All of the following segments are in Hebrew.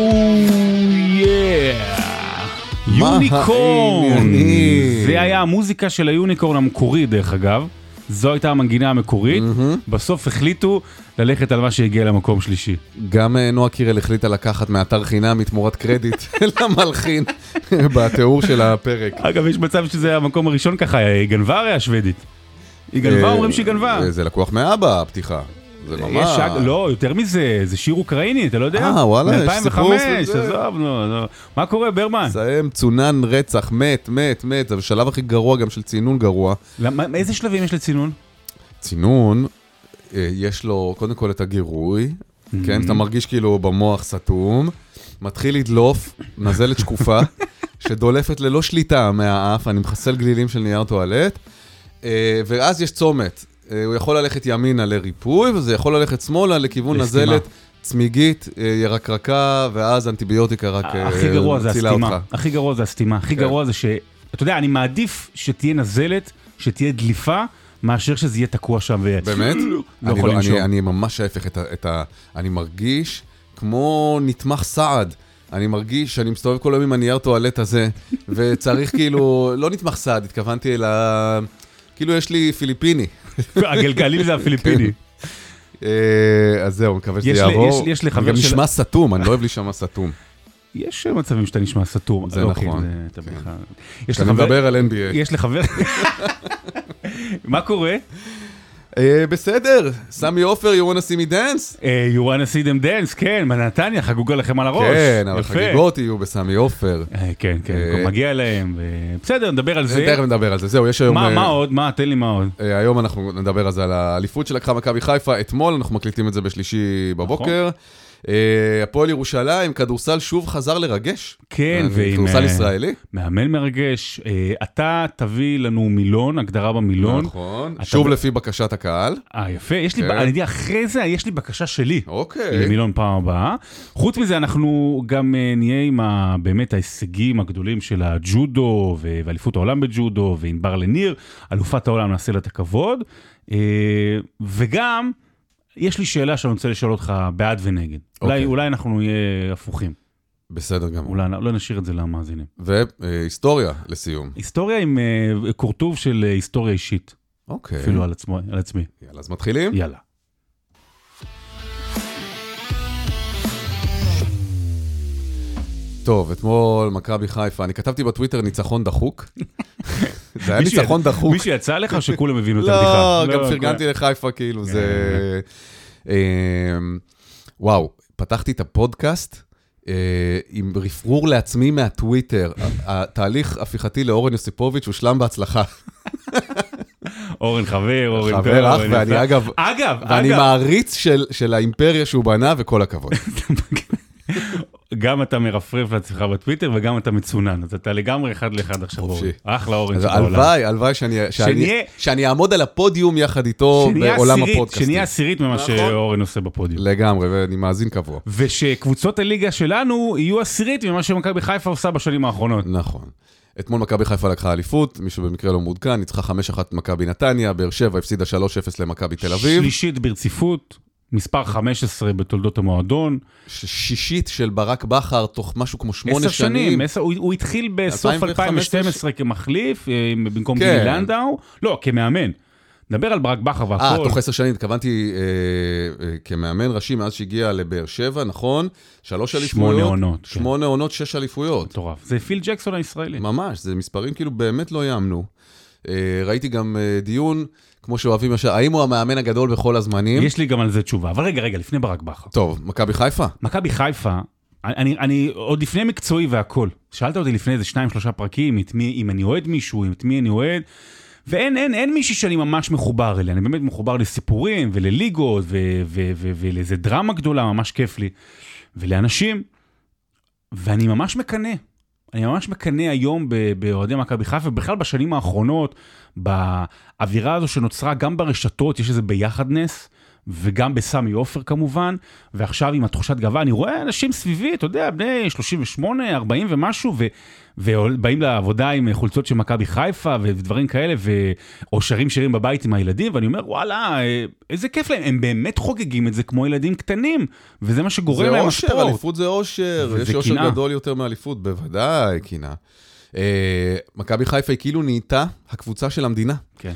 יוניקורן. זה היה המוזיקה של היוניקורן המקורי דרך אגב. זו הייתה המנגינה המקורית. בסוף החליטו ללכת על מה שהגיע למקום שלישי. גם נועה קירל החליטה לקחת מאתר חינם מתמורת קרדיט למלחין בתיאור של הפרק. אגב, יש מצב שזה המקום הראשון ככה, היא גנבה הרי השוודית. היא גנבה, אומרים שהיא גנבה. זה לקוח מאבא, הפתיחה. זה ממש... לא, יותר מזה, זה שיר אוקראיני, אתה לא יודע? וואלה, יש סיפור מ-2005, עזוב, נו. מה קורה, ברמן? זה מצונן רצח, מת. זה בשלב הכי גרוע גם של צינון גרוע. איזה שלבים יש לצינון? צינון, יש לו קודם כל את הגירוי, כן? אתה מרגיש כאילו במוח סתום, מתחיל לדלוף, נזלת שקופה, שדולפת ללא שליטה מהאף, אני מחסל גלילים של נייר טואלט, ואז יש צומת. הוא יכול ללכת ימינה לריפוי, וזה יכול ללכת שמאלה לכיוון נזלת, צמיגית, ירקרקה, ואז אנטיביוטיקה רק מצילה אותך. הכי גרוע זה הסתימה. הכי גרוע זה ש... אתה יודע, אני מעדיף שתהיה נזלת, שתהיה דליפה, מאשר שזה יהיה תקוע שם ויהיה. באמת? אני ממש ההפך אני מרגיש כמו נתמך סעד. אני מרגיש שאני מסתובב כל היום עם הנייר טואלט הזה, וצריך כאילו, לא נתמך סעד, התכוונתי אלא, כאילו יש לי פיליפיני. הגלגלים זה הפיליפיני. אז זהו, מקווה שזה יעבור. גם נשמע סתום, אני לא אוהב להישמע סתום. יש מצבים שאתה נשמע סתום. זה נכון. אני מדבר על NBA. יש לחבר... מה קורה? בסדר, סמי אופר, you wanna see me dance? You wanna see them dance, כן, מנתניה, חגוגה לכם על הראש. כן, אבל חגיגות יהיו בסמי אופר. כן, מגיע להם, בסדר, נדבר על זה. תכף נדבר על זה, זהו, יש היום... מה עוד? תן לי מה עוד. היום אנחנו נדבר על זה, על האליפות שלקחה מכבי חיפה, אתמול אנחנו מקליטים את זה בשלישי בבוקר. הפועל ירושלים, כדורסל שוב חזר לרגש. כן, כדורסל ישראלי. מאמן מרגש. אתה תביא לנו מילון, הגדרה במילון. נכון. שוב לפי בקשת הקהל. יפה. אני יודע, אחרי זה יש לי בקשה שלי. אוקיי. למילון פעם הבאה. חוץ מזה, אנחנו גם נהיה עם באמת ההישגים הגדולים של הג'ודו, ואליפות העולם בג'ודו, ועם בר לניר, אלופת העולם נעשה לה את הכבוד. וגם... יש לי שאלה שאני רוצה לשאול אותך בעד ונגד. אולי אנחנו נהיה הפוכים. בסדר גם. אולי נשאיר את זה למאזינים. והיסטוריה לסיום. היסטוריה עם קורטוב של היסטוריה אישית. אוקיי. אפילו על עצמי. יאללה, אז מתחילים? יאללה. טוב, אתמול מכבי חיפה, אני כתבתי בטוויטר ניצחון דחוק. זה היה ניצחון דחוק. מישהו יצא לך או שכולם הבינו את הבדיחה? לא, גם פרגנתי לחיפה, כאילו, זה... וואו, פתחתי את הפודקאסט עם רפרור לעצמי מהטוויטר. התהליך הפיכתי לאורן יוסיפוביץ' הוא שלם בהצלחה. אורן חבר, חבר אח, ואני אגב, ואני מעריץ של האימפריה שהוא בנה, וכל הכבוד. גם אתה מרפרף לעצמך בטוויטר, וגם אתה מצונן. אז אתה לגמרי אחד לאחד עכשיו אורן. אחלה אורן שבעולם. הלוואי שאני אעמוד על הפודיום יחד איתו בעולם הפודקאסטים. שנהיה עשירית ממה שאורן עושה בפודיום. לגמרי, ואני מאזין קבוע. ושקבוצות הליגה שלנו יהיו עשירית ממה שמכבי חיפה עושה בשנים האחרונות. נכון. אתמול מכבי חיפה לקחה אליפות, מישהו במקרה לא מעודכן, ניצחה 5-1 מכבי נתניה, באר שבע הפסידה 3-0 למכבי תל אביב. שלישית ברציפות. מספר 15 בתולדות המועדון. שישית של ברק בכר, תוך משהו כמו 8 שנים. הוא התחיל בסוף 2012 כמחליף, במקום גילי לנדאו. לא, כמאמן. נדבר על ברק בכר והכל. תוך 10 שנים, התכוונתי כמאמן ראשי, מאז שהגיע לבאר שבע, נכון? 3 אליפויות. 8 עונות. 8 עונות, 6 אליפויות. מטורף. זה פיל ג'קסון הישראלי. ממש, זה מספרים כאילו באמת לא יאמנו. ראיתי גם דיון, כמו שאוהבים, האם הוא המאמן הגדול בכל הזמנים? יש לי גם על זה תשובה, אבל רגע, לפני ברק בכר. טוב, מכבי חיפה? מכבי חיפה, אני עוד לפני מקצועי והכל. שאלת אותי לפני איזה 2-3 פרקים, אם אני אוהד מישהו, את מי אני אוהד, ואין מישהו שאני ממש מחובר אליה, אני באמת מחובר לסיפורים ולליגות ולאיזה דרמה גדולה, ממש כיף לי, ולאנשים, ואני ממש מקנה. אני ממש מקנה היום באוהדי מכבי חיפה, ובכלל בשנים האחרונות, באווירה הזו שנוצרה גם ברשתות, יש איזה ביחדנס, וגם בסמי עופר כמובן, ועכשיו עם התחושת גאווה, אני רואה אנשים סביבי, אתה יודע, בני 38, 40 ומשהו, ובאים לעבודה עם חולצות של מכבי חיפה, ודברים כאלה, או שרים שירים בבית עם הילדים, ואני אומר, וואלה, איזה כיף להם, הם באמת חוגגים את זה כמו ילדים קטנים, וזה מה שגורם להם הספורט. זה אושר, אליפות זה אושר, יש אושר גדול יותר מאליפות, בוודאי, קינה. מכבי חיפה היא כאילו נהייתה הקבוצה של המדינה. כן.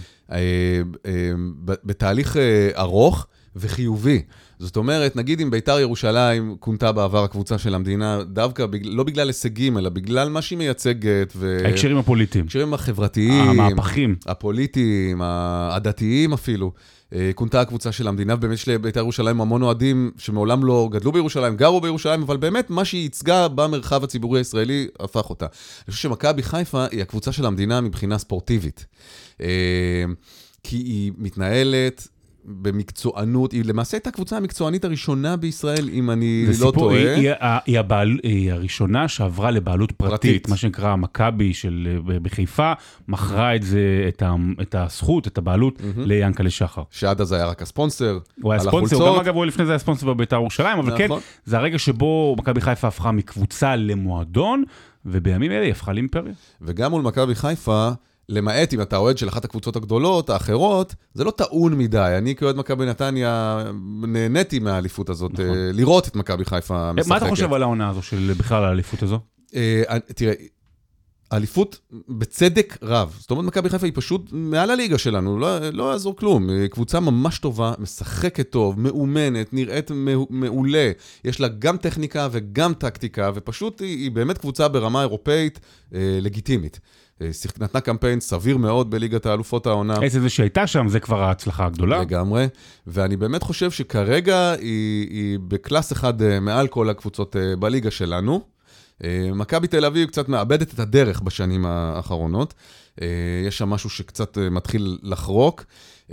בתהליך ארוך וחיובי. זאת אומרת, נגיד אם ביתר ירושלים קונתה בעבר הקבוצה של המדינה, דווקא לא בגלל הישגים, אלא בגלל מה שהיא מייצגת. ההקשרים הפוליטיים. ההקשרים החברתיים. המהפכים. הפוליטיים, הדתיים אפילו. קונתה הקבוצה של המדינה, באמת יש לביתר ירושלים המון אוהדים שמעולם לא גדלו בירושלים, גרו בירושלים, אבל באמת מה שהיא ייצגה במרחב הציבורי הישראלי הפך אותה. אני חושב שמכבי חיפה היא הקבוצה של המדינה מבחינה ספורטיבית. כי היא מתנהלת במקצוענות, היא למעשה הייתה הקבוצה המקצוענית הראשונה בישראל, אם אני לא טועה. היא הראשונה שעברה לבעלות פרטית, מה שנקרא מכבי בחיפה, מכרה את הזכות, את הבעלות ליענקל'ה שחר. שעד אז היה רק הספונסר, הוא היה ספונסר, גם אגב הוא לפני זה היה ספונסר בביתר ירושלים, אבל כן, זה הרגע שבו מכבי חיפה הפכה מקבוצה למועדון, ובימים אלה היא הפכה לאימפריה. וגם מול מכבי חיפה, למעט אם אתה אוהד של אחת הקבוצות הגדולות, האחרות, זה לא טעון מדי. אני כאוהד מכבי נתניה נהניתי מהאליפות הזאת, לראות את מכבי חיפה משחקת. מה אתה חושב על העונה הזו של בכלל האליפות הזו? תראה, האליפות בצדק רב. זאת אומרת, מכבי חיפה היא פשוט מעל הליגה שלנו, לא יעזור כלום. היא קבוצה ממש טובה, משחקת טוב, מאומנת, נראית מעולה. יש לה גם טכניקה וגם טקטיקה, ופשוט היא באמת קבוצה ברמה אירופאית לגיטימית. נתנה קמפיין סביר מאוד בליגת האלופות העונה. איזה זה שהייתה שם, זה כבר ההצלחה הגדולה. לגמרי, ואני באמת חושב שכרגע היא בקלאס אחד מעל כל הקבוצות בליגה שלנו. מכבי תל אביב קצת מאבדת את הדרך בשנים האחרונות. יש שם משהו שקצת מתחיל לחרוק.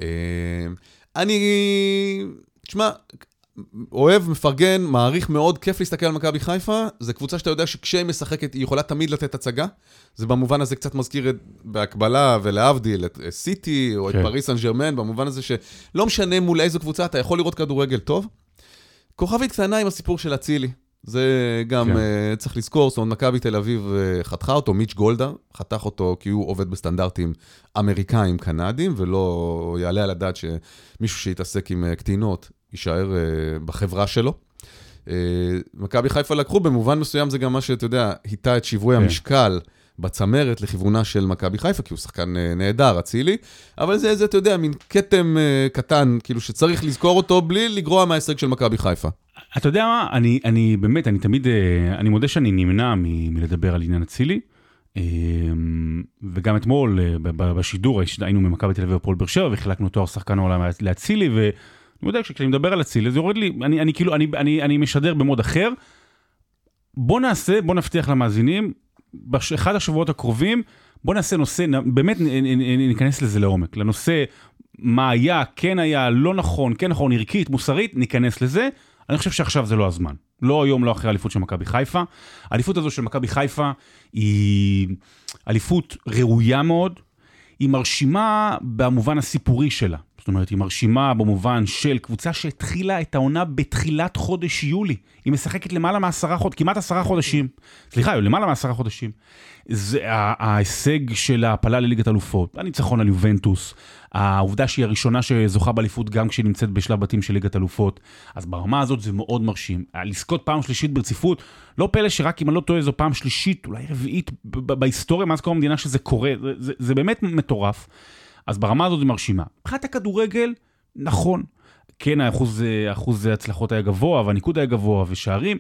תשמע, אוהב, מפרגן, מעריך מאוד, כיף להסתכל על מכבי חיפה, זה קבוצה שאתה יודע שכשהיא משחקת, היא יכולה תמיד לתת הצגה, זה במובן הזה קצת מזכיר בהקבלה ולהבדיל את סיטי או את פריס סן ז'רמן, במובן הזה שלא משנה מול איזו קבוצה, אתה יכול לראות כדורגל טוב. כוכבית קטנה עם הסיפור של אצילי, זה גם צריך לזכור, זאת אומרת, מכבי תל אביב חתכה אותו, מיץ' גולדהר, חתך אותו כי הוא עובד בסטנדרטים אמריקאים, קנדים, ולא יעלה על הדעת שמישהו שיתעסק עם קטינות יישאר בחברה שלו. מכבי חיפה לקחו, במובן מסוים זה גם מה שאתה יודע, היטה את שיווי המשקל בצמרת לכיוונה של מכבי חיפה, כי הוא שחקן נהדר, אצילי, אבל זה, אתה יודע, מין קטם קטן, כאילו שצריך לזכור אותו בלי לגרוע מההישג של מכבי חיפה. אתה יודע מה, אני באמת, אני תמיד, אני מודה שאני נמנע מלדבר על עניין אצילי, וגם אתמול בשידור היינו ממכבי תל אביב הפועל באר שבע, וחילקנו תואר שחקן העולם לאצילי, ואני יודע, כשאני מדבר על אצילי, זה יורד לי, אני משדר במוד אחר. בוא נבטיח למאזינים, באחד השבועות הקרובים, בוא נעשה נושא, באמת ניכנס לזה לעומק, לנושא מה היה, כן היה, לא נכון, כן נכון, ערכית, מוסרית, ניכנס לזה. אני חושב שעכשיו זה לא הזמן. לא היום, לא אחרי האליפות של מכבי חיפה. האליפות הזו של מכבי חיפה היא אליפות ראויה מאוד, היא מרשימה במובן הסיפורי שלה. זאת אומרת, היא מרשימה במובן של קבוצה שהתחילה את העונה בתחילת חודש יולי. היא משחקת למעלה כמעט 10 חודשים. סליחה, למעלה מ10 חודשים. זה ההישג של ההפלה לליגת אלופות, הניצחון על יובנטוס, העובדה שהיא הראשונה שזוכה באליפות גם כשהיא נמצאת בשלב בתים של ליגת אלופות. אז ברמה הזאת זה מאוד מרשים. לזכות פעם שלישית ברציפות, לא פלא שרק אם אני לא טועה זו פעם שלישית, אולי רביעית בהיסטוריה מאז קום המדינה שזה קורה. זה באמת מטורף. אז ברמה הזאת זה מרשימה. מבחינת הכדורגל, נכון. כן, האחוז הצלחות היה גבוה, והניקוד היה גבוה, ושערים.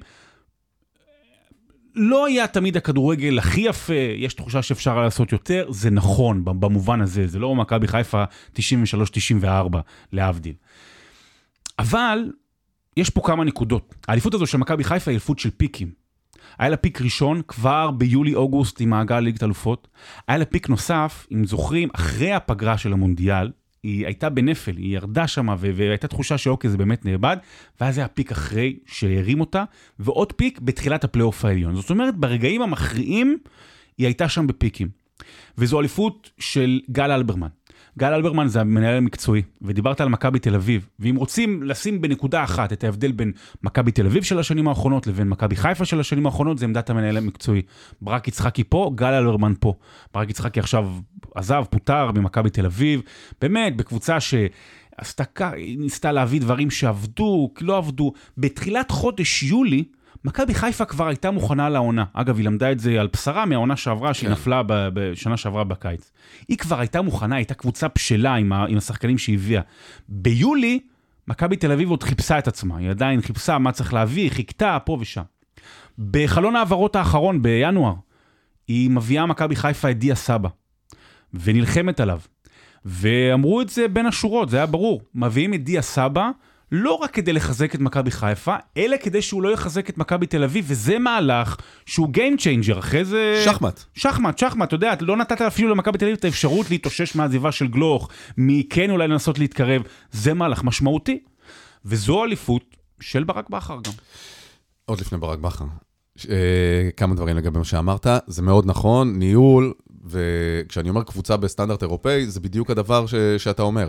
לא היה תמיד הכדורגל הכי יפה, יש תחושה שאפשר לעשות יותר, זה נכון במובן הזה, זה לא מכבי חיפה 93-94 להבדיל. אבל יש פה כמה נקודות. האליפות הזו של מכבי חיפה היא אליפות של פיקים. היה לה פיק ראשון כבר ביולי-אוגוסט עם מעגל ליגת אלופות. היה לה פיק נוסף, אם זוכרים, אחרי הפגרה של המונדיאל, היא הייתה בנפל, היא ירדה שם, והייתה תחושה שאוקיי, זה באמת נאבד, ואז היה פיק אחרי שהרים אותה, ועוד פיק בתחילת הפלייאוף העליון. זאת אומרת, ברגעים המכריעים, היא הייתה שם בפיקים. וזו אליפות של גל אלברמן. גל אלברמן זה המנהל המקצועי, ודיברת על מכבי תל אביב, ואם רוצים לשים בנקודה אחת את ההבדל בין מכבי תל אביב של השנים האחרונות לבין מכבי חיפה של השנים האחרונות, זה עמדת המנהל המקצועי. ברק יצחקי פה, גל אלברמן פה. ברק יצחקי עכשיו עזב, פוטר במכבי תל אביב, באמת, בקבוצה ניסתה להביא דברים שעבדו, לא עבדו. בתחילת חודש יולי, מכבי חיפה כבר הייתה מוכנה לעונה. אגב, היא למדה את זה על בשרה מהעונה שעברה, שהיא נפלה בשנה שעברה בקיץ. היא כבר הייתה מוכנה, הייתה קבוצה בשלה עם השחקנים שהיא הביאה. ביולי, מכבי תל אביב עוד חיפשה את עצמה. היא עדיין חיפשה מה צריך להביא, חיכתה פה ושם. בחלון העברות האחרון, בינואר, היא מביאה מכבי חיפה את דיה סבא, ונלחמת עליו. ואמרו את זה בין השורות, זה היה ברור. מביאים את דיה סבא, לא רק כדי לחזק את מכבי חיפה, אלא כדי שהוא לא יחזק את מכבי תל אביב, וזה מהלך שהוא game changer, אחרי זה... שחמט, אתה יודע, לא נתת אפילו למכבי תל אביב את האפשרות להתאושש מהעזיבה של גלוך, מכן אולי לנסות להתקרב, זה מהלך משמעותי, וזו אליפות של ברק בכר גם. עוד לפני ברק בכר, כמה דברים לגבי מה שאמרת, זה מאוד נכון, ניהול, וכשאני אומר קבוצה בסטנדרט אירופאי, זה בדיוק הדבר שאתה אומר.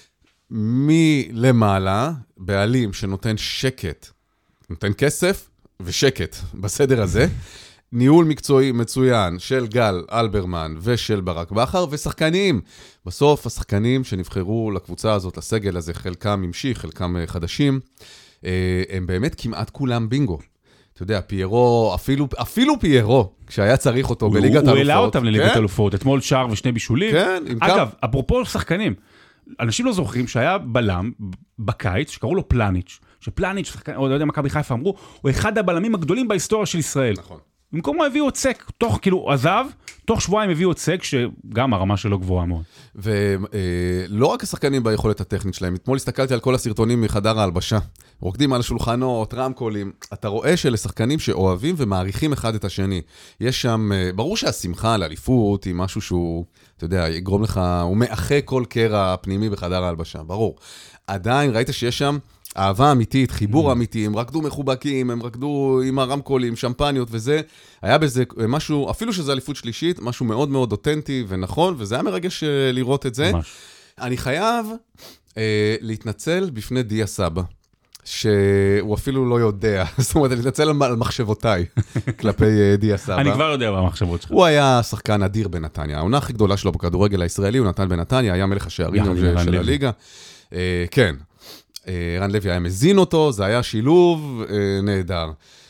מלמעלה, בעלים שנותן שקט, נותן כסף ושקט בסדר הזה, ניהול מקצועי מצוין של גל אלברמן ושל ברק בכר, ושחקנים. בסוף השחקנים שנבחרו לקבוצה הזאת, לסגל הזה, חלקם המשיך, חלקם חדשים, הם באמת כמעט כולם בינגו. אתה יודע, פיירו, אפילו פיירו, כשהיה צריך אותו בליגת אלופות. הוא העלה אותם לליגת אלופות, אתמול שער ושני בישולים. כן, אגב, אפרופו שחקנים, אנשים לא זוכרים שהיה בלם בקיץ, שקראו לו פלניץ', שפלניץ', או לא יודע, מכבי חיפה אמרו, הוא אחד הבלמים הגדולים בהיסטוריה של ישראל. נכון. במקום הוא הביאו צק, כאילו עזב, תוך שבועיים הביאו צק, שגם הרמה שלו גבוהה מאוד. ולא רק השחקנים ביכולת הטכנית שלהם, אתמול הסתכלתי על כל הסרטונים מחדר ההלבשה, רוקדים על השולחנות, רמקולים, אתה רואה שלשחקנים שאוהבים ומעריכים אחד את השני, יש שם, ברור שהשמחה על אליפות היא משהו שהוא, אתה יודע, יגרום לך, הוא מאחה כל קרע פנימי בחדר ההלבשה, ברור. עדיין ראית שיש שם אהבה אמיתית, חיבור אמיתי, הם רקדו מחובקים, הם רקדו עם הרמקולים, שמפניות וזה, היה בזה משהו, אפילו שזה אליפות שלישית, משהו מאוד מאוד אותנטי ונכון, וזה היה מרגש לראות את זה. ממש. אני חייב להתנצל בפני דיה סבא, שהוא אפילו לא יודע, זאת אומרת, להתנצל על מחשבותיי כלפי דיה סבא. אני כבר יודע מה המחשבות שלך. הוא היה שחקן אדיר בנתניה, העונה הכי גדולה שלו בכדורגל הישראלי, הוא נתן בנתניה, היה מלך השערים של הליגה. כן. רן לוי היה מזין אותו, זה היה שילוב נהדר.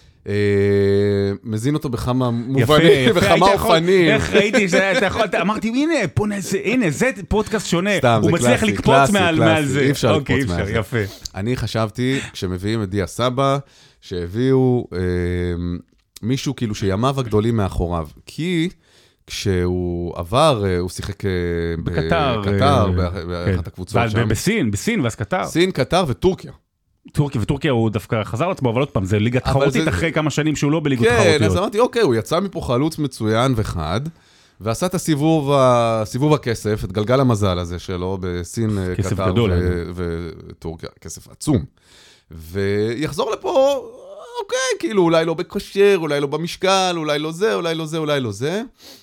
מזין אותו בכמה מובנים, בכמה אופנים. איך ראיתי, אמרתי, הנה, זה פודקאסט שונה. הוא מצליח לקפוץ מעל זה. אי אפשר לקפוץ מעל זה. יפה. אני חשבתי, כשמביאים את דיה סבא, שהביאו מישהו כאילו שימיו הגדולים מאחוריו. כי כשהוא עבר, הוא שיחק בקטר, באחת הקבוצות שם. בסין, ואז קטר. סין, קטר וטורקיה. וטורקיה הוא דווקא חזר לעצמו, אבל עוד פעם, זה ליגה תחרותית אחרי כמה שנים שהוא לא בליגות תחרותיות. כן, אז אמרתי, אוקיי, הוא יצא מפה חלוץ מצוין וחד, ועשה את הסיבוב הכסף, את גלגל המזל הזה שלו, בסין, קטר וטורקיה, כסף עצום. ויחזור לפה, אוקיי, כאילו אולי לא בכושר, אולי לא במשקל, אולי לא זה, אולי לא זה, אולי לא זה.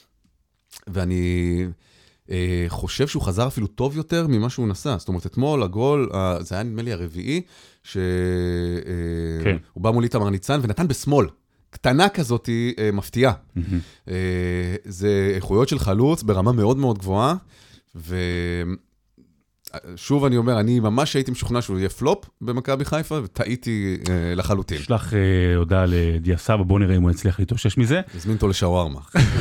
ואני חושב שהוא חזר אפילו טוב יותר ממה שהוא נסע. זאת אומרת, אתמול הגול, זה היה נדמה לי הרביעי, שהוא בא מול איתמר ניצן ונתן בשמאל. קטנה כזאת מפתיעה. זה איכויות של חלוץ ברמה מאוד מאוד גבוהה, ושוב אני אומר, אני ממש הייתי משוכנע שהוא יהיה פלופ במכבי חיפה, וטעיתי לחלוטין. שלח הודעה לדיה סבא, בוא נראה אם הוא יצליח להתאושש מזה. הזמין אותו לשווארמה.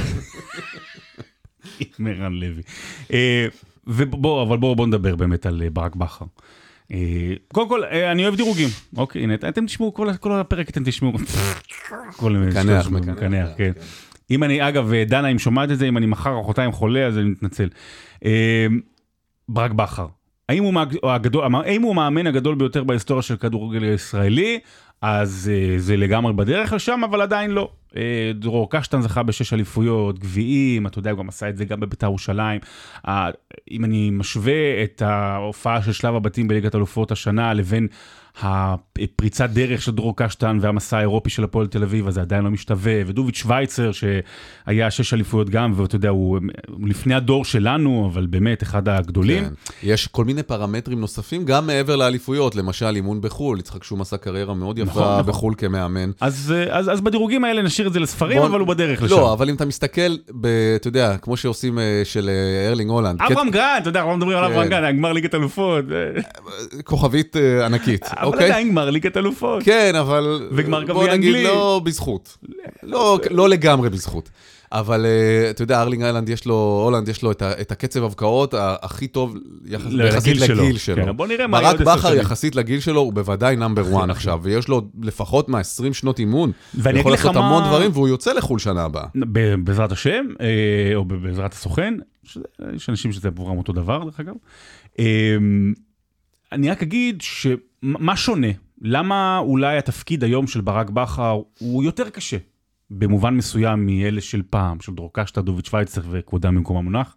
מרן לוי. אבל בואו נדבר באמת על ברק בכר. קודם כל, אני אוהב דירוגים. אוקיי, הנה, אתם תשמעו, כל הפרק אתם תשמעו. מקנח, כן. אם אני, אגב, דנה, אם שומעת את זה, אם אני מחר אחותיים חולה, אז אני מתנצל. ברק בכר. האם הוא המאמן הגדול ביותר בהיסטוריה של כדורגל הישראלי? אז זה לגמרי בדרך לשם, אבל עדיין לא. דרור קשטן זכה ב6 אליפויות, גביעים, אתה יודע, הוא גם עשה את זה גם בבית"ר ירושלים. אם אני משווה את ההופעה של שלב הבתים בליגת אלופות השנה, לבין הפריצת דרך של דרור קשטן והמסע האירופי של הפועל תל אביב, אז זה עדיין לא משתווה, ודוביץ' שווייצר שהיה 6 אליפויות גם, ואתה יודע, הוא לפני הדור שלנו, אבל באמת אחד הגדולים. כן. יש כל מיני פרמטרים נוספים, גם מעבר לאליפויות, למשל אימון בחול, יצחק שום עשה קריירה מאוד יפה בחול כמאמן. אז בדירוגים האלה נשאיר את זה לספרים, אבל הוא בדרך לשם. לא, אבל אם אתה מסתכל, אתה יודע, כמו שעושים של ארלינג הולנד. אברהם גרנט, אתה יודע, אנחנו מדברים על אברהם גרנט, גמר ליגת אלופות. כוכבית ענקית. אבל עדיין גמר ליגת אלופות. כן, אבל בוא נגיד לא בזכות. לא לגמרי בזכות. אבל אתה יודע, הולנד יש לו את הקצב הבקעות הכי טוב יחסית לגיל שלו. ברק בכר יחסית לגיל שלו הוא בוודאי נאמבר 1 עכשיו, ויש לו לפחות 20 שנות אימון. הוא יכול לעשות המון דברים, והוא יוצא לחול שנה הבאה. בעזרת השם, או בעזרת הסוכן, יש אנשים שזה עבורם אותו דבר, דרך אגב. אני רק אגיד שמה שונה, למה אולי התפקיד היום של ברק בכר הוא יותר קשה, במובן מסוים מאלה של פעם, של דרור קשטן, דוביץ' שווייצר וכבודם במקום המונח.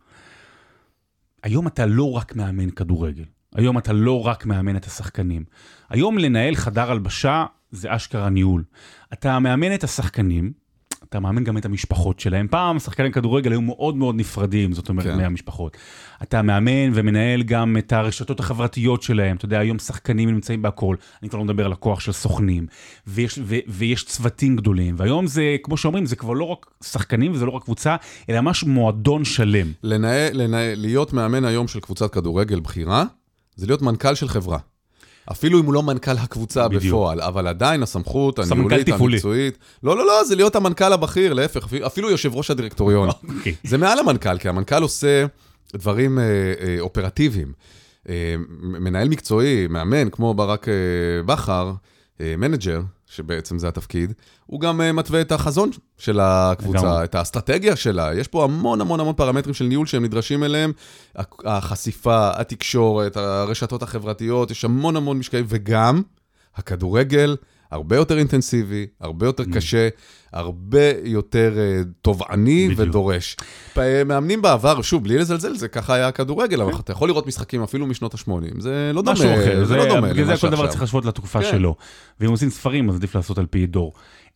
היום אתה לא רק מאמן כדורגל, היום אתה לא רק מאמן את השחקנים. היום לנהל חדר הלבשה זה אשכרה ניהול. אתה מאמן את השחקנים, אתה מאמן גם את המשפחות שלהם. פעם שחקני כדורגל היו מאוד מאוד נפרדים, זאת אומרת, מהמשפחות. אתה מאמן ומנהל גם את הרשתות החברתיות שלהם. אתה יודע, היום שחקנים נמצאים בהכל. אני כבר לא מדבר על הכוח של סוכנים. ויש צוותים גדולים. והיום זה, כמו שאומרים, זה כבר לא רק שחקנים וזה לא רק קבוצה, אלא ממש מועדון שלם. להיות מאמן היום של קבוצת כדורגל בחירה, זה להיות מנכ"ל של חברה. אפילו אם הוא לא מנכ"ל הקבוצה בפועל, אבל עדיין הסמכות, הניהולית, המקצועית, לא, זה להיות המנכ"ל הבכיר, להפך, אפילו יושב ראש הדירקטוריון. זה מעל המנכ"ל, כי המנכ"ל עושה דברים אופרטיביים. מנהל מקצועי, מאמן, כמו ברק בכר, מנג'ר, שבעצם זה התפקיד, הוא גם מתווה את החזון של הקבוצה, את האסטרטגיה שלה. יש פה המון המון המון פרמטרים של ניהול שהם נדרשים אליהם, החשיפה, התקשורת, הרשתות החברתיות, יש המון המון משקעים, וגם הכדורגל הרבה יותר אינטנסיבי, הרבה יותר קשה, הרבה יותר תובעני ודורש. מאמנים בעבר, שוב, בלי לזלזל, זה ככה היה הכדורגל, אבל אתה יכול לראות משחקים אפילו משנות ה-80, זה לא דומה, זה לא דומה. בגלל זה כל דבר צריך להשוות לתקופה שלו. ואם עושים ספרים, אז עדיף לעשות על פי דור.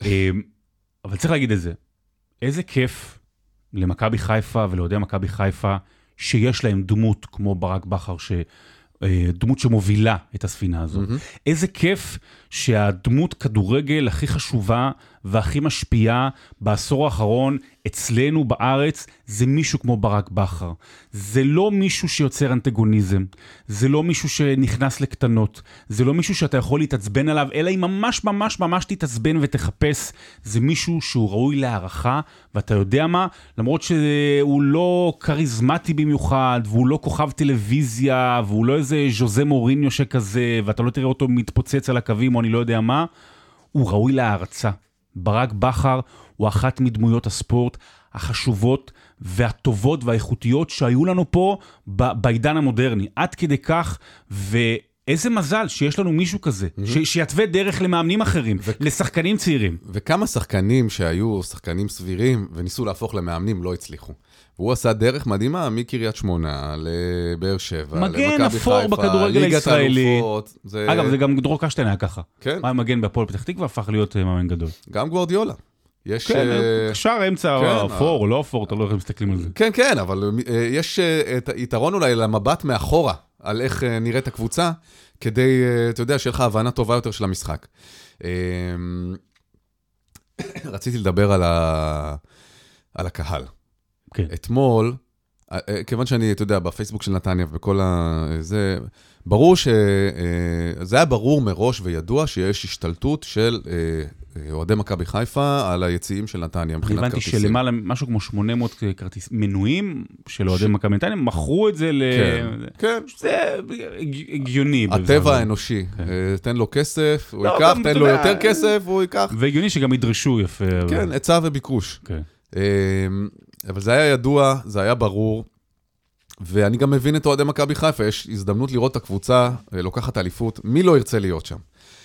אבל צריך להגיד את זה, איזה כיף למכבי חיפה ולאוהדי מכבי חיפה, שיש להם דמות כמו ברק בכר, דמות שמובילה את הספינה הזאת. איזה כיף שהדמות כדורגל הכי חשובה והכי משפיעה בעשור האחרון אצלנו בארץ, זה מישהו כמו ברק בכר. זה לא מישהו שיוצר אנטגוניזם, זה לא מישהו שנכנס לקטנות, זה לא מישהו שאתה יכול להתעצבן עליו, אלא אם ממש ממש ממש תתעצבן ותחפש, זה מישהו שהוא ראוי להערכה, ואתה יודע מה, למרות שהוא לא קריזמטי במיוחד, והוא לא כוכב טלוויזיה, והוא לא איזה ז'וזה מוריניו שכזה, ואתה לא תראה אותו מתפוצץ על הקווים, או אני לא יודע מה, הוא ראוי להערצה. ברק בכר הוא אחת מדמויות הספורט החשובות והטובות והאיכותיות שהיו לנו פה בעידן המודרני. עד כדי כך, ואיזה מזל שיש לנו מישהו כזה, שיתווה דרך למאמנים אחרים, לשחקנים צעירים. וכמה שחקנים שהיו שחקנים סבירים וניסו להפוך למאמנים לא הצליחו. והוא עשה דרך מדהימה מקריית שמונה לבאר שבע, מגן אפור בכדורגל הישראלי. אגב, זה גם דרור קשטן היה ככה. כן. היה מגן בהפועל פתח תקווה, והפך להיות מאמן גדול. גם גוארדיולה. כן, קשר אמצע אפור או לא אפור, אתה לא איך מסתכלים על זה. כן, כן, אבל יש יתרון אולי למבט מאחורה, על איך נראית הקבוצה, כדי, אתה יודע, שיהיה לך הבנה טובה יותר של המשחק. רציתי לדבר על הקהל. כן. אתמול, כיוון שאני, אתה יודע, בפייסבוק של נתניה ובכל זה, ברור זה היה ברור מראש וידוע שיש השתלטות של אוהדי מכבי חיפה על היציאים של נתניה מבחינת כרטיסים. הבנתי שלמעלה משהו כמו 800 מנויים של אוהדי מכבי נתניה, מכרו את זה כן. זה הגיוני. הטבע האנושי, תן לו כסף, הוא ייקח, תן לו יותר כסף, הוא ייקח. והגיוני שגם ידרשו יפה. כן, היצע וביקוש. אבל זה היה ידוע, זה היה ברור, ואני גם מבין את אוהדי מכבי חיפה, יש הזדמנות לראות את הקבוצה, לוקחת אליפות, מי לא ירצה להיות שם?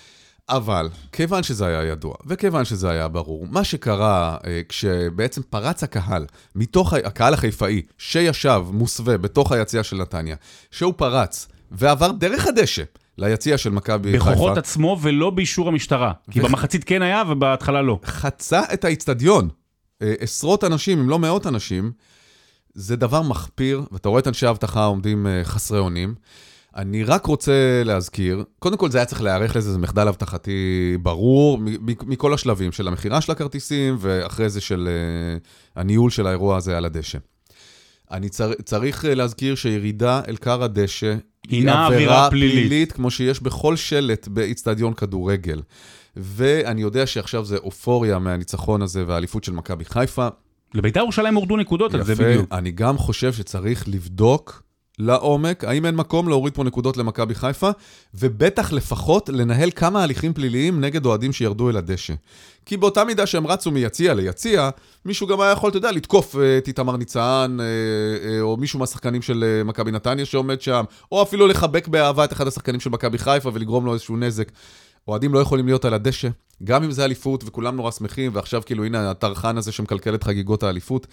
אבל, כיוון שזה היה ידוע, וכיוון שזה היה ברור, מה שקרה כשבעצם פרץ הקהל, מתוך הקהל החיפאי, שישב מוסווה בתוך היציאה של נתניה, שהוא פרץ ועבר דרך הדשא ליציאה של מכבי חיפה. בכוחות עצמו ולא באישור המשטרה, כי במחצית כן היה ובהתחלה לא. חצה את האצטדיון, עשרות אנשים, אם לא מאות אנשים, זה דבר מחפיר, ואתה רואה את אנשי האבטחה עומדים חסרי אונים. אני רק רוצה להזכיר, קודם כל זה היה צריך להיערך לזה, זה מחדל הבטחתי ברור, מכל השלבים של המחירה של הכרטיסים, ואחרי זה של הניהול של האירוע הזה על הדשא. אני צריך להזכיר שירידה אל קר הדשא, היא עבירה פלילית, כמו שיש בכל שלט באצטדיון כדורגל. ואני יודע שעכשיו זה אופוריה מהניצחון הזה, והאליפות של מכבי חיפה. לבית"ר ירושלים הורדו נקודות על זה בדיוק. אני גם חושב שצריך לבדוק לעומק, האם אין מקום להוריד פה נקודות למכבי חיפה, ובטח לפחות לנהל כמה הליכים פליליים נגד אוהדים שירדו אל הדשא. כי באותה מידה שהם רצו מיציע ליציע, מישהו גם היה יכול, אתה יודע, לתקוף את איתמר ניצן, או מישהו מהשחקנים של מכבי נתניה שעומד שם, או אפילו לחבק באהבה את אחד השחקנים של מכבי חיפה ולגרום לו איזשהו נזק. אוהדים לא יכולים להיות על הדשא, גם אם זה אליפות וכולם נורא שמחים, ועכשיו כאילו הנה התרחן הזה שמקלקל את חגיגות האליפות.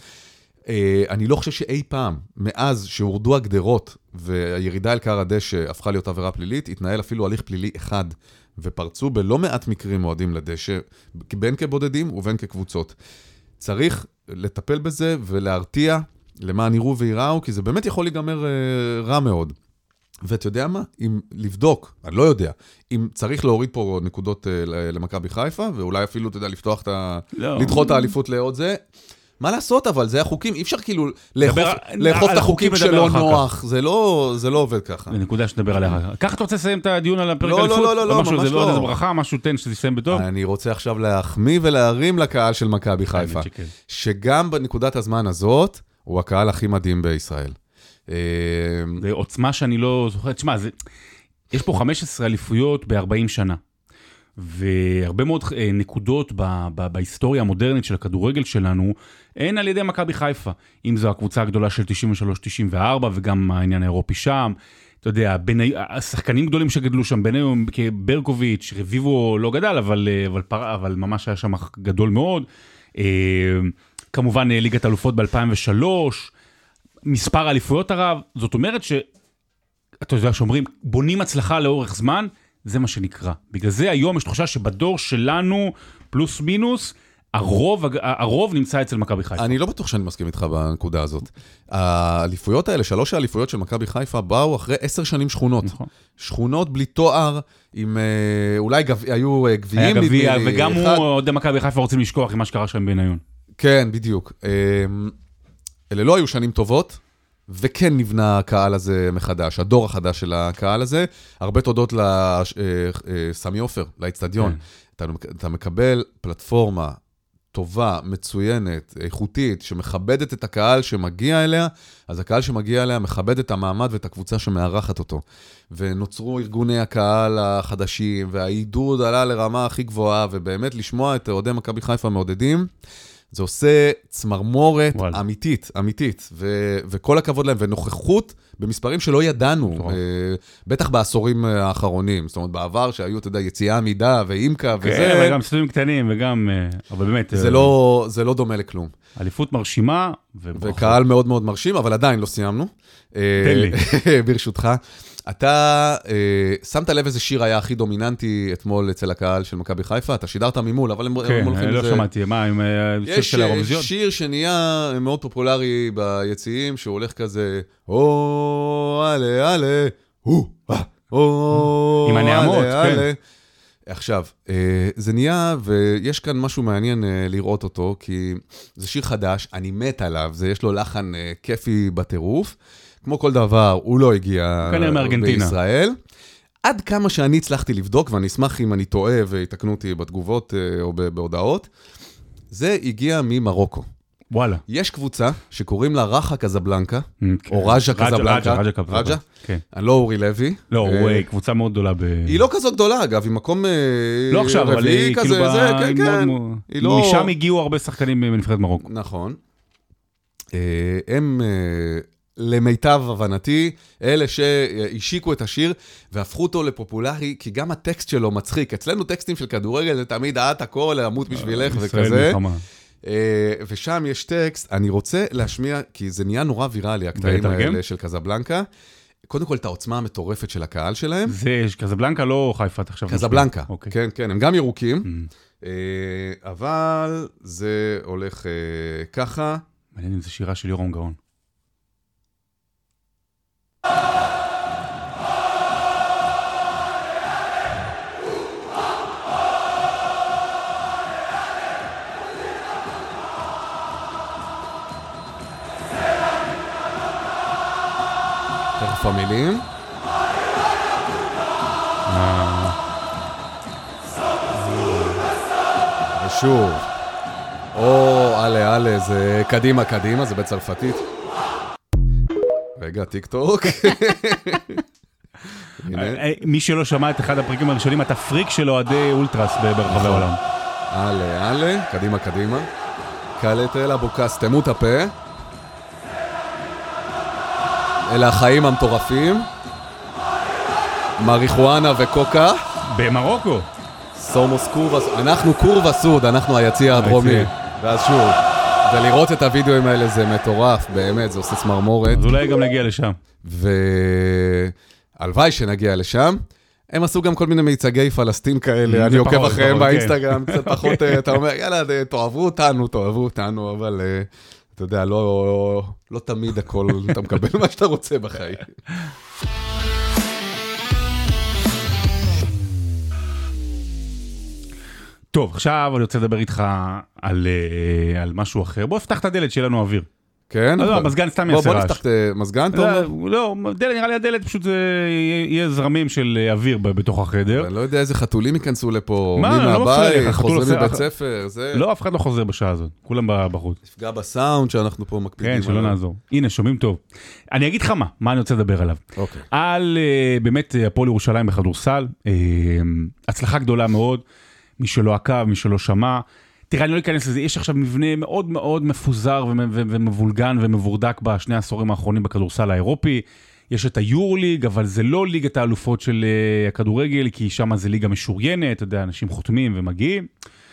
אני לא חושב שאי פעם, מאז שהורדו הגדרות והירידה אל קר הדשא הפכה להיות עבירה פלילית, התנהל אפילו הליך פלילי אחד, ופרצו בלא מעט מקרים אוהדים לדשא, בין כבודדים ובין כקבוצות. צריך לטפל בזה ולהרתיע למען יראו ויראו, כי זה באמת יכול להיגמר רע מאוד. ואתה יודע מה? אם לבדוק, אני לא יודע, אם צריך להוריד פה נקודות למכבי חיפה, ואולי אפילו, אתה יודע, לפתוח לדחות את האליפות לעוד זה, מה לעשות אבל? זה החוקים, אי אפשר כאילו לאכוף את החוקים שלא נוח, זה לא עובד ככה. זה נקודה שתדבר עליה. ככה אתה רוצה לסיים את הדיון על הפרק אליפות? לא, ממש לא. זה לא איזה ברכה, משהו תן שתסיים בטוב? אני רוצה עכשיו להחמיא ולהרים לקהל של מכבי חיפה, שגם בנקודת הזמן הזאת, הוא הקהל הכי מדהים בישראל. זה עוצמה שאני לא זוכר, תשמע, יש פה 15 אליפויות ב-40 שנה, והרבה מאוד נקודות בהיסטוריה המודרנית של הכדורגל שלנו, הן על ידי מכבי חיפה, אם זו הקבוצה הגדולה של 93-94, וגם העניין האירופי שם, אתה יודע, השחקנים גדולים שגדלו שם, ביניהם כברקוביץ', רביבו לא גדל, אבל ממש היה שם גדול מאוד, כמובן ליגת אלופות ב-2003, מספר אליפויות הרב, זאת אומרת אתה יודע שאומרים, בונים הצלחה לאורך זמן, זה מה שנקרא. בגלל זה היום יש תחושה שבדור שלנו, פלוס מינוס, הרוב נמצא אצל מכבי חיפה. אני לא בטוח שאני מסכים איתך בנקודה הזאת. האליפויות האלה, 3 האליפויות של מכבי חיפה, באו אחרי 10 שנים שכונות. נכון. שכונות בלי תואר, עם אולי היו גביעים. היה גביע, וגם עוד מכבי חיפה רוצים לשכוח עם מה שקרה שם בניון. כן, בדיוק. אלה לא היו שנים טובות, וכן נבנה הקהל הזה מחדש, הדור החדש של הקהל הזה. הרבה תודות לסמי עופר, לאצטדיון. אתה מקבל פלטפורמה טובה, מצוינת, איכותית, שמכבדת את הקהל שמגיע אליה, אז הקהל שמגיע אליה מכבד את המעמד ואת הקבוצה שמארחת אותו. ונוצרו ארגוני הקהל החדשים, והעידוד עלה לרמה הכי גבוהה, ובאמת לשמוע את אוהדי מכבי חיפה מעודדים, זה עושה צמרמורת אמיתית, וכל הכבוד להם, ונוכחות במספרים שלא ידענו, בטח בעשורים האחרונים, זאת אומרת, בעבר שהיו, אתה יודע, יציאה מידה ואימקה וזה. כן, וגם סטודים קטנים, וגם, אבל באמת. זה לא דומה לכלום. אליפות מרשימה. וקהל מאוד מאוד מרשים, אבל עדיין לא סיימנו. תן לי. ברשותך. אתה שמת לב איזה שיר היה הכי דומיננטי אתמול אצל הקהל של מכבי חיפה? אתה שידרת ממול, אבל הם הולכים לזה... כן, לא שמעתי, מה, עם שיר של האירוויזיון? יש שיר שנהיה מאוד פופולרי ביציעים, שהוא הולך כזה, או, אלה, אלה, עם הנעמות, כן. עכשיו, זה נהיה, ויש כאן משהו מעניין לראות אותו, כי זה שיר חדש, אני מת עליו, יש לו לחן כיפי בטירוף, כמו כל דבר, הוא לא הגיע בישראל. עד כמה שאני הצלחתי לבדוק, ואני אשמח אם אני טועה ויתקנו אותי בתגובות או בהודעות, זה הגיע ממרוקו. וואלה. יש קבוצה שקוראים לה רחה קזבלנקה, או רג'ה קזבלנקה. רג'ה. אני לא אורי לוי. לא, הוא קבוצה מאוד גדולה. היא לא כזאת גדולה, אגב, היא מקום לא עכשיו, אבל היא כאילו משם הגיעו הרבה שחקנים מנבחרת מרוקו. נכון. הם למיטב הבנתי, אלה שהשיקו את השיר והפכו אותו לפופולרי, כי גם הטקסט שלו מצחיק. אצלנו טקסטים של כדורגל זה תמיד את הכל, למות בשבילך וכזה. ושם יש טקסט, אני רוצה להשמיע, כי זה נהיה נורא ויראלי, הקטעים האלה של קזבלנקה. קודם כל, את העוצמה המטורפת של הקהל שלהם. זה קזבלנקה לא חיפה עכשיו. קזבלנקה, כן, כן, הם גם ירוקים, אבל זה הולך ככה. מעניין אם זה שירה של יורם גאון. תכף המילים. ושוב. אלה, זה קדימה, זה בצרפתית. רגע, טיק טוק. מי שלא שמע את אחד הפרקים הראשונים, אתה פריק של אוהדי אולטרס ברחבי העולם. קדימה. קלט אל אבוקס, תמו את הפה. אלה החיים המטורפים. מריחואנה וקוקה. במרוקו. סומוס קורבס, אנחנו קורבה סוד, אנחנו היציע הדרומי. ואז שוב, ולראות את הוידאוים האלה זה מטורף, באמת, זה עושה סמרמורת. אז אולי גם נגיע לשם. והלוואי שנגיע לשם. הם עשו גם כל מיני מיצגי פלסטין כאלה, אני עוקב אחריהם באינסטגרם, קצת פחות, אתה אומר, יאללה, תאהבו אותנו, אבל אתה יודע, לא תמיד הכל, אתה מקבל מה שאתה רוצה בחיים. טוב, עכשיו אני רוצה לדבר איתך על משהו אחר. בוא נפתח את הדלת שיהיה לנו אוויר. כן? לא, המזגן סתם יעשה רעש. בוא נפתח את מזגן, אתה אומר? לא, נראה לי הדלת פשוט יהיה זרמים של אוויר בתוך החדר. אני לא יודע איזה חתולים ייכנסו לפה, מי מהבית, חוזרים מבית ספר, זה... לא, אף אחד לא חוזר בשעה הזאת, כולם בחוץ. נפגע בסאונד שאנחנו פה מקפידים. כן, שלא נעזור. הנה, שומעים טוב. אני אגיד לך מה אני רוצה לדבר עליו. על באמת הפועל ירושלים בכדורסל, הצלחה גדולה מאוד, מי שלא עקב, מי שלא שמע. תראה, אני לא אכנס לזה, יש עכשיו מבנה מאוד מאוד מפוזר ומבולגן ומבורדק בשני העשורים האחרונים בכדורסל האירופי. יש את היורוליג, אבל זה לא ליגת האלופות של הכדורגל, כי שם זה ליגה משוריינת, אתה יודע, אנשים חותמים ומגיעים.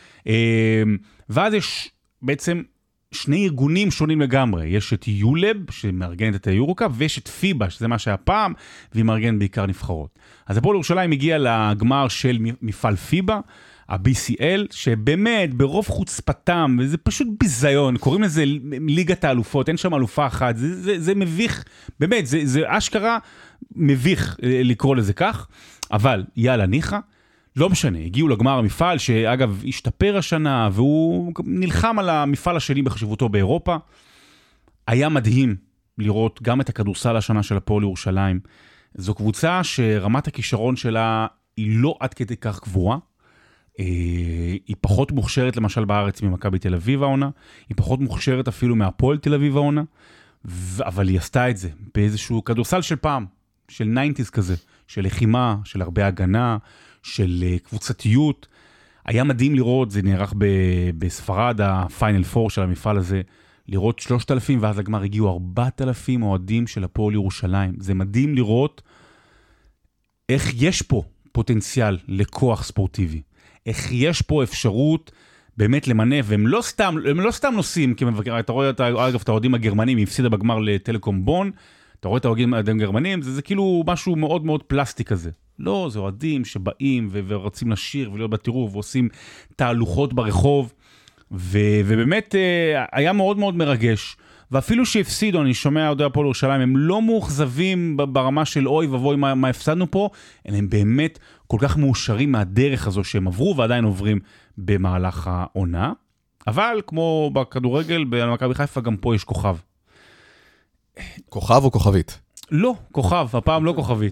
ואז יש בעצם שני ארגונים שונים לגמרי. יש את יולב, שמארגנת את היורוקאפ, ויש את פיבה, שזה מה שהיה פעם, והיא מארגנת בעיקר נבחרות. אז הפועל ירושלים הגיע לגמר של מפעל פיבה, ה-BCL, שבאמת ברוב חוצפתם, וזה פשוט ביזיון, קוראים לזה ליגת האלופות, אין שם אלופה אחת, זה מביך, באמת, זה אשכרה מביך לקרוא לזה כך, אבל יאללה ניחה, לא משנה, הגיעו לגמר המפעל, שאגב השתפר השנה, והוא נלחם על המפעל השני בחשיבותו באירופה, היה מדהים לראות גם את הכדורסל השנה של הפועל ירושלים, זו קבוצה שרמת הכישרון שלה היא לא עד כדי כך גבוהה, היא פחות מוכשרת למשל בארץ ממכבי תל אביב העונה, היא פחות מוכשרת אפילו מהפועל תל אביב העונה, אבל היא עשתה את זה באיזשהו כדורסל של פעם, של 90s כזה, של לחימה, של הרבה הגנה, של קבוצתיות. היה מדהים לראות, זה נערך בספרד, הפיינל 4 של המפעל הזה, לראות 3,000 ואז לגמר הגיעו 4,000 אוהדים של הפועל ירושלים. זה מדהים לראות איך יש פה פוטנציאל לכוח ספורטיבי. איך יש פה אפשרות באמת למנף, והם לא סתם נוסעים, כי אתה רואה, אגב, את האוהדים הגרמנים, היא הפסידה בגמר לטלקום בון, אתה רואה את האוהדים הגרמנים, זה כאילו משהו מאוד מאוד פלסטי כזה. לא, זה אוהדים שבאים ורוצים לשיר ולהיות בטירוף, ועושים תהלוכות ברחוב, ובאמת היה מאוד מאוד מרגש. ואפילו שהפסידו, אני שומע אוהדי הפועל ירושלים, הם לא מאוכזבים ברמה של אוי ובוי מה הפסדנו פה, אלא הם באמת כל כך מאושרים מהדרך הזו שהם עברו, ועדיין עוברים במהלך העונה. אבל כמו בכדורגל, במכבי חיפה, גם פה יש כוכב. כוכב או כוכבית? לא, כוכב, הפעם לא כוכבית.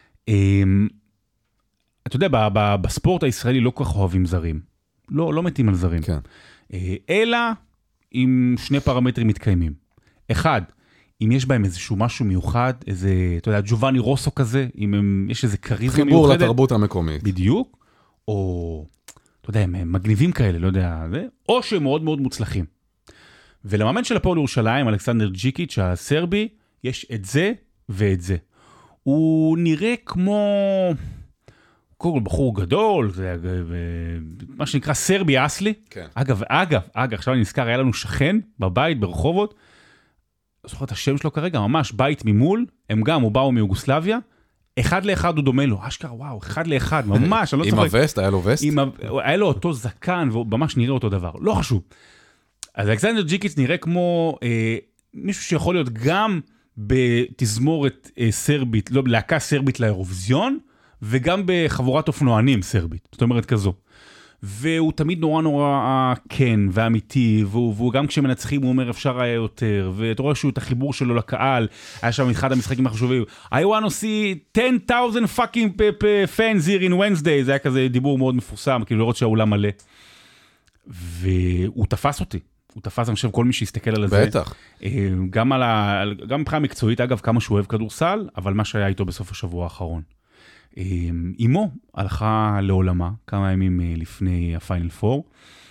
אתה יודע, בספורט הישראלי לא כל כך אוהבים זרים. לא מתים על זרים. כן. אלא עם שני פרמטרים מתקיימים. אחד, אם יש בהם איזשהו משהו מיוחד, איזה, אתה יודע, ג'ובאני רוסו כזה, אם יש איזה קריזמה מיוחדת. חיבור לתרבות המקומית. בדיוק. או, אתה יודע, הם מגניבים כאלה, לא יודע, או שהם מאוד מאוד מוצלחים. ולמאמן של הפועל ירושלים, אלכסנדר ג'יקיץ', הסרבי, יש את זה ואת זה. הוא נראה כמו... קודם כל בחור גדול, מה שנקרא סרבי אסלי. כן. אגב, עכשיו אני נזכר, היה לנו שכן בבית ברחובות, לא זוכר את השם שלו כרגע, ממש בית ממול, הוא באו מיוגוסלביה, אחד לאחד הוא דומה לו, אשכרה, וואו, אחד לאחד, ממש, אני לא צוחק. עם הווסט, היה לו וסט? היה לו אותו זקן, והוא ממש נראה אותו דבר, לא חשוב. אז אלכסנדר ג'יקיץ' נראה כמו מישהו שיכול להיות גם בתזמורת סרבית, לא, להקה סרבית לאירוויזיון, וגם בחבורת אופנוענים סרבית, זאת אומרת כזו. והוא תמיד נורא כן ואמיתי, והוא גם כשמנצחים הוא אומר אפשר היה יותר, ואתה רואה שהוא את החיבור שלו לקהל, היה שם אחד המשחקים החשובים, I want to see 10,000 fucking fans here in Wednesday, זה היה כזה דיבור מאוד מפורסם, כאילו לראות שהאולם מלא. והוא תפס אותי, אני חושב כל מי שיסתכל על זה. בטח. גם מבחינה מקצועית, אגב, כמה שהוא אוהב כדורסל, אבל מה שהיה איתו בסוף השבוע האחרון. אמו הלכה לעולמה כמה ימים לפני הפיינל פור,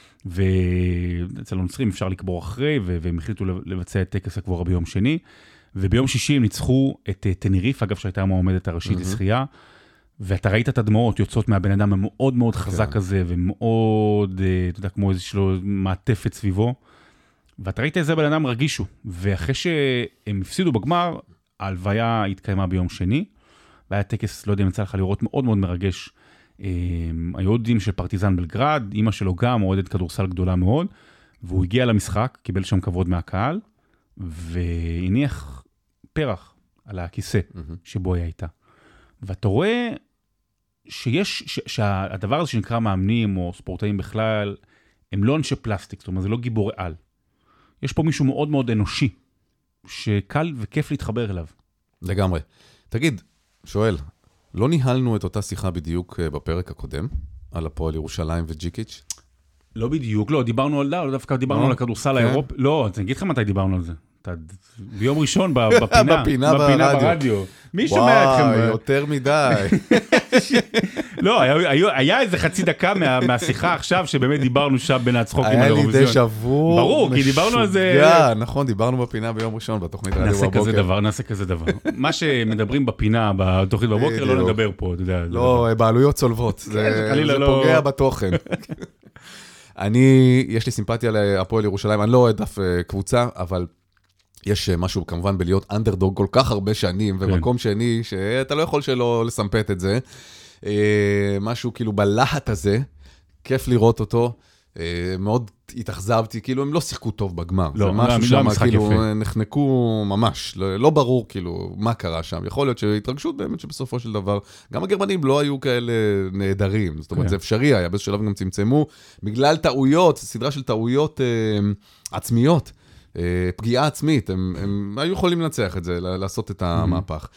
ואצל הנוצרים אפשר לקבור אחרי, והם החליטו לבצע את טקס הקבורה ביום שני, וביום שישי הם ניצחו את טניריף, אגב שהייתה המועמדת הראשית לשחייה, ואתה ראית את הדמעות יוצאות מהבן אדם המאוד מאוד חזק הזה, ומאוד, אתה יודע, כמו איזשהו מעטפת סביבו, ואתה ראית איזה בן אדם רגישו, ואחרי שהם הפסידו בגמר, ההלוויה התקיימה ביום שני, והיה טקס, לא יודע אם יצא לך לראות, מאוד מאוד מרגש. היהודים של פרטיזן בלגרד, אמא שלו גם, אוהדת כדורסל גדולה מאוד, והוא הגיע למשחק, קיבל שם כבוד מהקהל, והניח פרח על הכיסא שבו היא הייתה. ואתה רואה שהדבר הזה שנקרא מאמנים או ספורטאים בכלל, הם לא אנשי פלסטיק, זאת אומרת, זה לא גיבורי על. יש פה מישהו מאוד מאוד אנושי, שקל וכיף להתחבר אליו. לגמרי. תגיד, שואל, לא ניהלנו את אותה שיחה בדיוק בפרק הקודם, על הפועל ירושלים וג'יקיץ'? לא בדיוק, לא, דיברנו על דווקא דיברנו על הכדורסל האירופי, לא, אני אגיד לך מתי דיברנו על זה. ביום ראשון בפינה ברדיו. מי שומע אתכם? וואי, יותר מדי. לא, היה איזה חצי דקה מהשיחה עכשיו, שבאמת דיברנו שם בין הצחוקים על האירוויזיון. היה לי דז'ה וו. ברור, כי דיברנו על זה... נכון, דיברנו בפינה ביום ראשון, בתוכנית רדיו בבוקר. נעשה כזה דבר. מה שמדברים בפינה, בתוכנית בבוקר, לא נדבר פה, אתה יודע. לא, בעלויות צולבות. זה פוגע בתוכן. יש לי סימפתיה להפועל ירושלים, אני לא אוהד אף קבוצה, אבל יש משהו כמובן בלהיות אנדרדוג כל כך הרבה שנים, ומקום שני שאתה לא יכול שלא לסמפת את זה. משהו כאילו בלהט הזה, כיף לראות אותו, מאוד התאכזבתי, כאילו הם לא שיחקו טוב בגמר. זה משהו שם, כאילו נחנקו ממש, לא ברור כאילו מה קרה שם. יכול להיות שהתרגשות באמת שבסופו של דבר, גם הגרמנים לא היו כאלה נהדרים, זאת אומרת זה אפשרי היה, באיזשהו שלב גם צמצמו, בגלל טעויות, סדרה של טעויות עצמיות. פגיעה עצמית, הם היו יכולים לנצח את זה, לעשות את המהפך.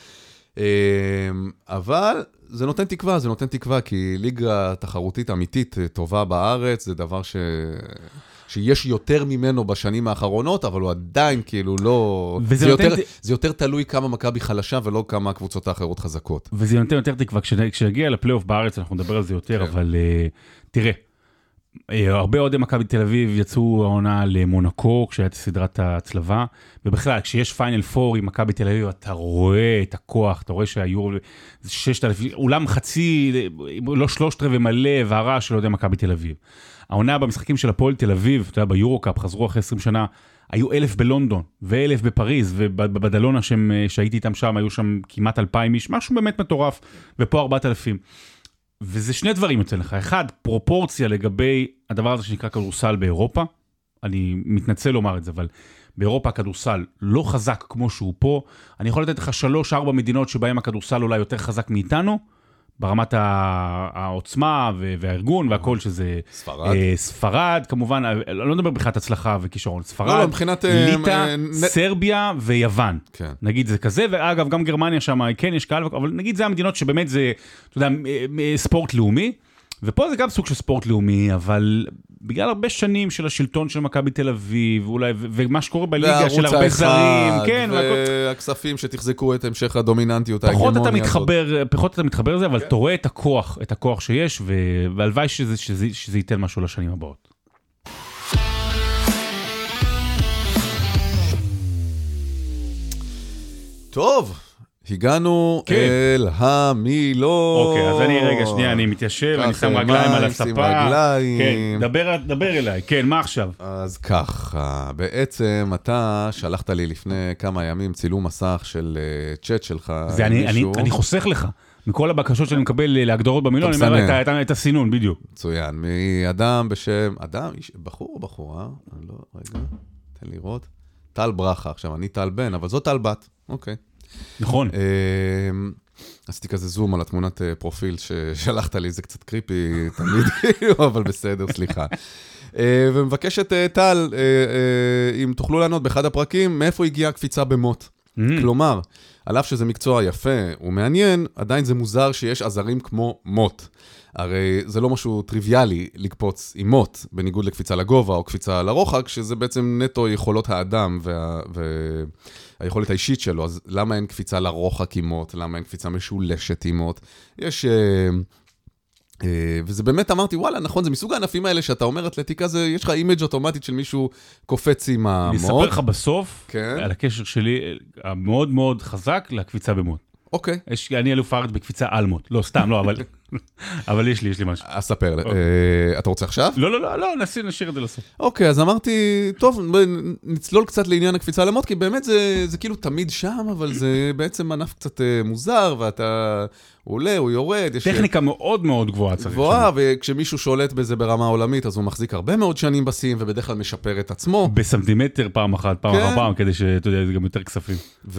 אבל זה נותן תקווה, כי ליגה תחרותית אמיתית טובה בארץ, זה דבר שיש יותר ממנו בשנים האחרונות, אבל הוא עדיין כאילו לא... זה יותר תלוי כמה מכבי חלשה, ולא כמה הקבוצות האחרות חזקות. וזה נותן יותר תקווה, כשנגיע לפלייאוף בארץ, אנחנו נדבר על זה יותר, אבל תראה, הרבה אוהדי מכבי תל אביב יצאו העונה למונקו, כשהייתה סדרת הצלבה, ובכלל, כשיש פיינל פור עם מכבי תל אביב, אתה רואה את הכוח, אתה רואה שהיו 6,000, אולם חצי, לא 3/4 מלא, והרעש של אוהדי מכבי תל אביב. העונה במשחקים של הפועל תל אביב, אתה יודע, ביורוקאפ, חזרו אחרי 20 שנה, היו 1,000 בלונדון, ו1,000 בפריז, ובבדלונה שהייתי איתם שם, היו שם כמעט 2,000 איש, משהו באמת מטורף, ופה 4,000. וזה שני דברים אצל לך. אחד, פרופורציה לגבי הדבר הזה שנקרא כדורסל באירופה. אני מתנצל לומר את זה, אבל באירופה הכדורסל לא חזק כמו שהוא פה. אני יכול לתת לך 3-4 מדינות שבהם הכדורסל אולי יותר חזק מאיתנו, ברמת העוצמה והארגון והכל שזה... ספרד, כמובן, לא נדבר בכלל הצלחה וכישרון. ספרד, ליטא, סרביה ויוון. נגיד זה כזה, ואגב, גם גרמניה שם, כן, יש קהל, אבל נגיד זה המדינות שבאמת זה, אתה יודע, ספורט לאומי, ופה זה גם סוג של ספורט לאומי, אבל בגלל הרבה שנים של השלטון של מכבי תל אביב, אולי, ומה שקורה בליגה של הרבה זרים, כן, והכספים שתחזקו את המשך הדומיננטיות, פחות אתה מתחבר לזה, אבל אתה רואה את הכוח שיש, והלוואי שזה ייתן משהו לשנים הבאות. טוב, הגענו אל המילון. אוקיי, אז אני רגע, שנייה, אני מתיישב, אני שם רגליים על הספה. שים רגליים. כן, דבר אליי. כן, מה עכשיו? אז ככה, בעצם אתה שלחת לי לפני כמה ימים צילום מסך של צ'אט שלך. אני חוסך לך. מכל הבקשות שאני מקבל להגדרות במילון, אני אומר את הסינון, בדיוק. מצוין, מאדם בשם, בחור או בחורה? לא, רגע, תן לראות. טל ברכה, עכשיו אני טל בן, אבל זאת טל בת, אוקיי. נכון. עשיתי כזה זום על התמונת פרופיל ששלחת לי, זה קצת קריפי תמיד, אבל בסדר, סליחה. ומבקשת טל, אם תוכלו לענות באחד הפרקים, מאיפה הגיעה הקפיצה במוט? כלומר, על אף שזה מקצוע יפה ומעניין, עדיין זה מוזר שיש עזרים כמו מוט. הרי זה לא משהו טריוויאלי לקפוץ עם מוט, בניגוד לקפיצה לגובה או קפיצה לרוחק, שזה בעצם נטו יכולות האדם והיכולת האישית שלו. אז למה אין קפיצה לרוחק עם מוט? למה אין קפיצה משולשת עם מוט? יש... וזה באמת אמרתי, וואלה, נכון, זה מסוג הענפים האלה שאתה אומר אתלטיקה, יש לך אימג' אוטומטית של מישהו קופץ עם המוט. אני אספר לך בסוף, על הקשר שלי המאוד מאוד חזק לקפיצה במוט. אוקיי. אני אלוף הארץ בקפיצה על מוט. לא, סתם, לא, אבל יש לי משהו. אספר, אתה רוצה עכשיו? לא, נשאיר את זה לסוף. אוקיי, אז אמרתי, טוב, נצלול קצת לעניין הקפיצה למוט, כי באמת זה כאילו תמיד שם, אבל זה בעצם ענף קצת מוזר, ואתה עולה, הוא יורד. טכניקה מאוד מאוד גבוהה צריך. גבוהה, וכשמישהו שולט בזה ברמה עולמית, אז הוא מחזיק הרבה מאוד שנים בסים, ובדרך כלל משפר את עצמו. בסנטימטר פעם אחת, פעם אחר פעם, כדי שאתה יודע, זה גם יותר כספים.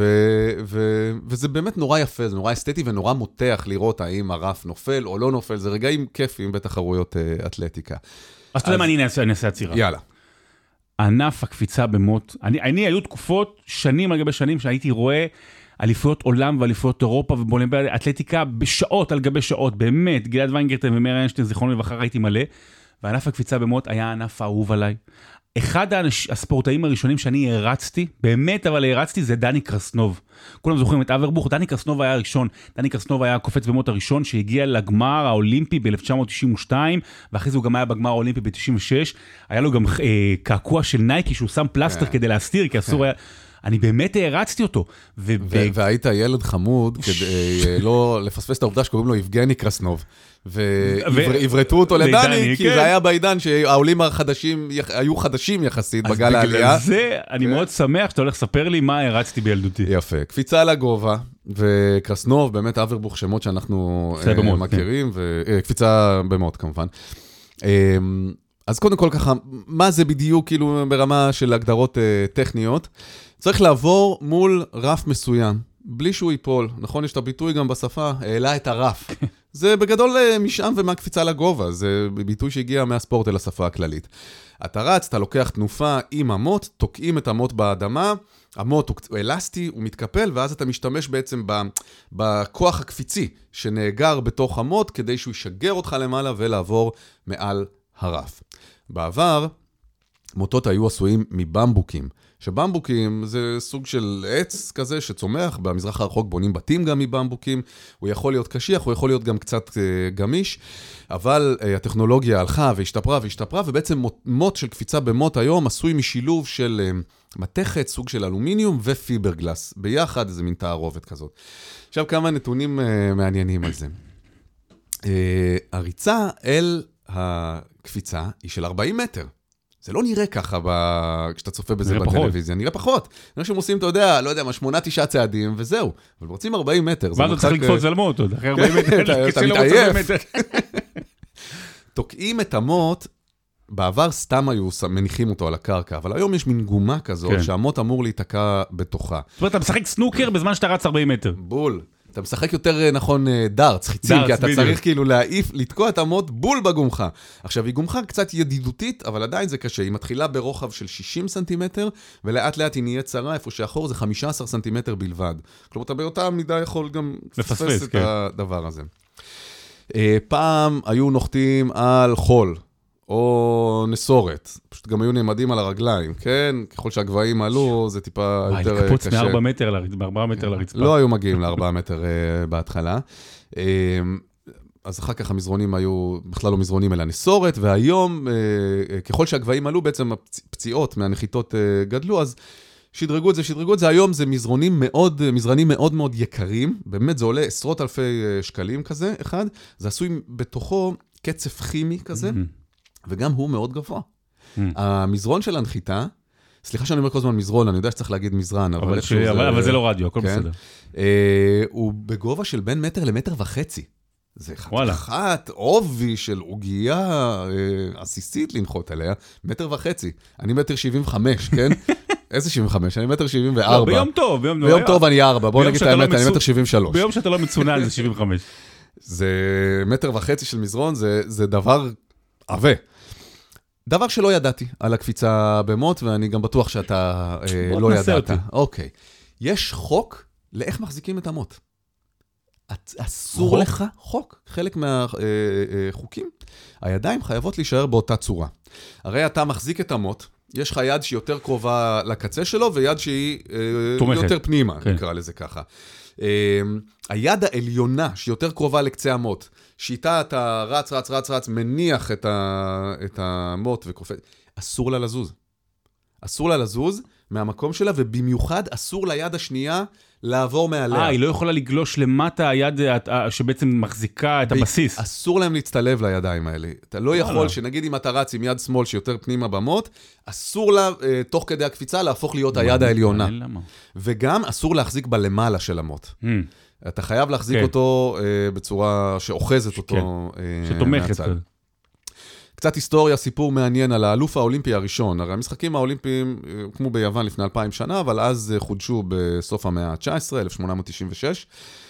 וזה באמת נורא יפה, זה נורא אסתטי ונורא מותח לראות האם הרף נופל או לא נופל, זה רגעים כיפים בתחרויות אתלטיקה. אז אתה יודע מה, אני אעשה עצירה. יאללה. ענף הקפיצה במוט, אני היו תקופות, שנים על גבי שנים, שהייתי רואה אליפויות עולם ואליפויות אירופה ובאולימפיאדת אתלטיקה בשעות על גבי שעות, באמת, גלעד ויינגרטן ומאיר איינשטיין, זיכרונו לברכה, ראיתי מלא, וענף הקפיצה במוט היה הענף האהוב עליי. אחד הספורטאים הראשונים שאני הרצתי, באמת אבל הרצתי, זה דני קרסנוב. כולם זוכרים את אברבוך, דני קרסנוב היה הראשון, דני קרסנוב היה הקופץ במוט הראשון שהגיע לגמר האולימפי ב-1992, ואחרי זה הוא גם היה בגמר האולימפי ב-96, היה לו גם קעקוע של נייקי שהוא שם פלסטר כדי להסתיר, כי אסור היה... אני באמת הרצתי אותו. והיית ילד חמוד כדי לא לפספס את העובדה שקוראים לו יבגני קרסנוב. והברטו אותו לדני, כי זה היה בעידן שהעולים החדשים היו חדשים יחסית בגל העלייה. אז בגלל זה אני מאוד שמח שאתה הולך לספר לי מה הרצתי בילדותי. יפה. קפיצה לגובה, וקרסנוב, באמת אברבוך, שמות שאנחנו מכירים, וקפיצה במוט כמובן. אז קודם כל ככה, מה זה בדיוק כאילו ברמה של הגדרות טכניות? צריך לעבור מול רף מסוים, בלי שהוא ייפול. נכון, יש את הביטוי גם בשפה, העלה את הרף. זה בגדול משם ומהקפיצה לגובה, זה ביטוי שהגיע מהספורט אל השפה הכללית. אתה רץ, אתה לוקח תנופה עם המוט, תוקעים את המוט באדמה, המוט הוא אלסטי, הוא מתקפל, ואז אתה משתמש בעצם בכוח הקפיצי שנאגר בתוך המוט, כדי שהוא ישגר אותך למעלה ולעבור מעל הרף. בעבר, מוטות היו עשויים מבמבוקים, שבמבוקים זה סוג של עץ כזה שצומח, במזרח הרחוק בונים בתים גם מבמבוקים, הוא יכול להיות קשיח, הוא יכול להיות גם קצת גמיש, אבל הטכנולוגיה הלכה והשתפרה, ובעצם מוט של קפיצה במוט היום עשוי משילוב של מתכת, סוג של אלומיניום ופיברגלס, ביחד איזה מין תערובת כזאת. עכשיו כמה נתונים מעניינים על זה. הריצה אל הקפיצה היא של 40 מטר. זה לא נראה ככה כשאתה צופה בזה בטלוויזיה, נראה פחות. נראה שהם עושים, אתה יודע, לא יודע, 8-9 צעדים וזהו. אבל רוצים 40 מטר. ואז אתה צריך לקפוץ על מוט, אחרי 40 מטר. אתה מתעייף. תוקעים את המוט, בעבר סתם היו מניחים אותו על הקרקע, אבל היום יש מין גומה כזאת שהמוט אמור להיתקע בתוכה. זאת אומרת, אתה משחק סנוקר בזמן שאתה רץ 40 מטר. בול. אתה משחק יותר נכון דארץ, חיצים, כי אתה צריך כאילו להעיף, לתקוע את המוט בול בגומחה. עכשיו, היא גומחה קצת ידידותית, אבל עדיין זה קשה. היא מתחילה ברוחב של 60 סנטימטר, ולאט לאט היא נהיה צרה, איפה שאחור זה 15 סנטימטר בלבד. כלומר, אתה באותה מידה יכול גם לפספס את הדבר הזה. פעם היו נוחתים על חול, או נסורת. פשוט גם היו נעמדים על הרגליים, כן? ככל שהגבהים עלו, זה טיפה יותר קשה. לקפוץ מ-4 מטר לרצפה. לא היו מגיעים ל-4 מטר בהתחלה. אז אחר כך המזרונים היו, בכלל לא מזרונים אלא נסורת, והיום, ככל שהגבהים עלו, בעצם הפציעות מהנחיתות גדלו, אז שדרגו את זה, היום זה מזרנים מאוד מאוד יקרים, באמת זה עולה עשרות אלפי שקלים כזה, אחד, זה עשוי בתוכו קצף כימי כזה, וגם הוא מאוד גבוה. המזרון של הנחיתה, סליחה שאני אומר כל הזמן מזרון, אני יודע שצריך להגיד מזרן, אבל זה לא רדיו, הכל בסדר. הוא בגובה של בין מטר למטר וחצי. זה חתיכת עובי של עוגיה עסיסית לנחות עליה, מטר וחצי. אני מטר 75, כן? איזה 75? אני מטר 74. ביום טוב. ביום טוב אני 4, בוא נגיד את האמת, אני מטר 73. ביום שאתה לא מצונן זה 75. זה מטר וחצי של מזרון, זה דבר עווה. דבר שלא ידעתי על הקפיצה במוט, ואני גם בטוח שאתה לא ידעת. אוקיי. יש חוק לאיך מחזיקים את המוט. אסור לך חוק. חלק מהחוקים, הידיים חייבות להישאר באותה צורה. הרי אתה מחזיק את המוט, יש לך יד שהיא יותר קרובה לקצה שלו, ויד שהיא יותר פנימה, נקרא לזה ככה. היד העליונה, שהיא יותר קרובה לקצה המוט, שאיתה אתה רץ, מניח את המוט וקופץ, אסור לה לזוז. אסור לה לזוז מהמקום שלה, ובמיוחד אסור ליד השנייה לעבור מעליה. היא לא יכולה לגלוש למטה היד שבעצם מחזיקה את הבסיס. אסור להם להצטלב לידיים האלה. אתה לא יכול שנגיד אם אתה רץ עם יד שמאל שיותר פנימה במוט, אסור לה תוך כדי הקפיצה להפוך להיות היד העליונה. וגם אסור להחזיק בלמעלה של המוט. אתה חייב להחזיק אותו בצורה שאוחזת אותו שתומכת. קצת היסטוריה, סיפור מעניין על האלוף האולימפי הראשון. הרי המשחקים האולימפיים כמו ביוון לפני 2000 שנה, אבל אז חודשו בסוף המאה ה-19, 1896.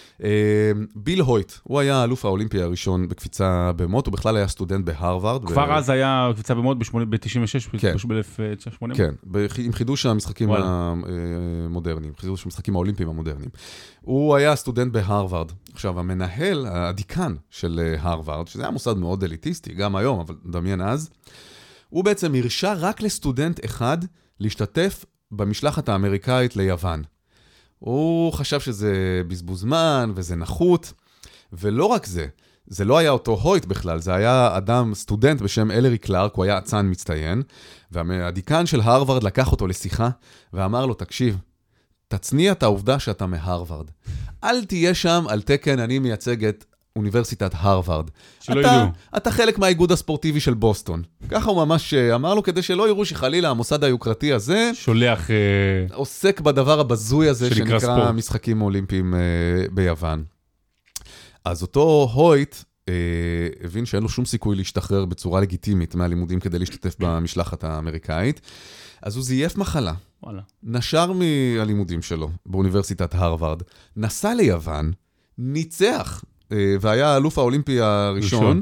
ביל הויט, הוא היה האלוף האולימפי הראשון בקפיצה במוט, הוא בכלל היה סטודנט בהרווארד. כבר אז היה קפיצה במוט ב-96, ב-1980? כן, עם חידוש המשחקים המודרניים, חידוש המשחקים האולימפיים המודרניים. הוא היה סטודנט בהרווארד. עכשיו, המנהל, הדיקן של הרווארד, שזה היה מוסד מאוד אליטיסטי, גם היום, אבל דמיין אז, הוא בעצם הרשה רק לסטודנט אחד להשתתף במשלחת האמריקאית ליוון. הוא חשב שזה בזבוז זמן וזה נחות, ולא רק זה, זה לא היה אותו הויט בכלל, זה היה אדם, סטודנט בשם אלרי קלארק, הוא היה אצן מצטיין, והדיקן של הרווארד לקח אותו לשיחה, ואמר לו, תקשיב, תצניע את העובדה שאתה מהרווארד. אל תהיה שם על תקן, אני מייצג את אוניברסיטת הרווארד. שלא ידעו. אתה חלק מהאיגוד הספורטיבי של בוסטון. ככה הוא ממש אמר לו, כדי שלא יראו שחלילה המוסד היוקרתי הזה, שולח עוסק בדבר הבזוי הזה, שנקרא ספורט. משחקים אולימפיים ביוון. אז אותו הויט הבין שאין לו שום סיכוי להשתחרר בצורה לגיטימית מהלימודים כדי להשתתף במשלחת האמריקאית. אז הוא זייף מחלה. נשר מהלימודים שלו באוניברסיטת הרווארד, נסע ליוון, ניצח, והיה האלוף האולימפי הראשון,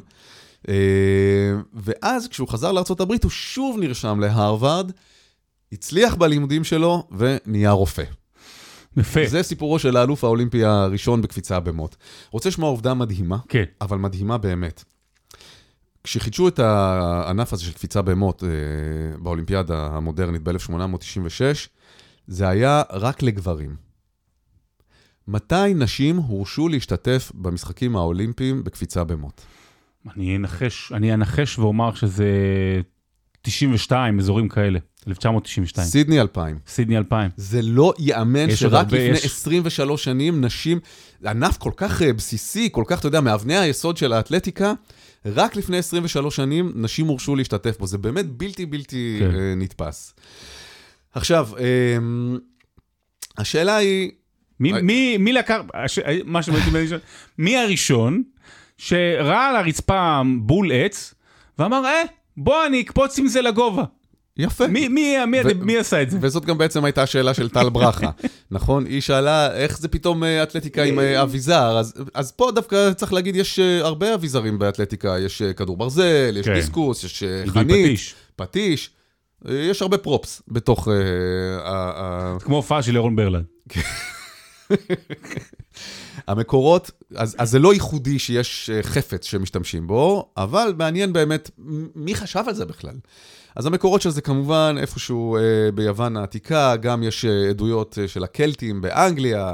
ואז כשהוא חזר לארצות הברית, הוא שוב נרשם להרווארד, הצליח בלימודים שלו, ונהיה רופא. יפה. זה סיפורו של האלוף האולימפי הראשון בקפיצה במוט. רוצה לשמוע עובדה מדהימה, כן. אבל מדהימה באמת. כשחידשו את הענף הזה של קפיצה במוט באולימפיאדה המודרנית ב-1896, זה היה רק לגברים. מתי נשים הורשו להשתתף במשחקים האולימפיים בקפיצה במוט? אני אנחש ואומר שזה 92, אזורים כאלה, 1992. סידני 2000. סידני 2000. זה לא יאמן שרק לפני 23 שנים נשים, ענף כל כך בסיסי, כל כך, אתה יודע, מאבני היסוד של האתלטיקה, רק לפני 23 שנים נשים הורשו להשתתף בו. זה באמת בלתי נתפס. עכשיו, השאלה היא, מי לקח, מי הראשון שראה על הרצפה בול עץ, ואמר, בוא אני אקפוץ עם זה לגובה. יפה. מי עשה את זה? וזאת גם בעצם הייתה השאלה של טל ברכה, נכון? היא שאלה איך זה פתאום אתלטיקה עם אביזר, אז פה דווקא צריך להגיד, יש הרבה אביזרים באתלטיקה, יש כדור ברזל, יש דיסקוס, יש חנית, פטיש, יש הרבה פרופס בתוך כמו הופעה של אירון ברלנד. המקורות, אז זה לא ייחודי שיש חפץ שמשתמשים בו, אבל מעניין באמת, מי חשב על זה בכלל? אז המקורות של זה כמובן איפשהו ביוון העתיקה, גם יש עדויות של הקלטים באנגליה,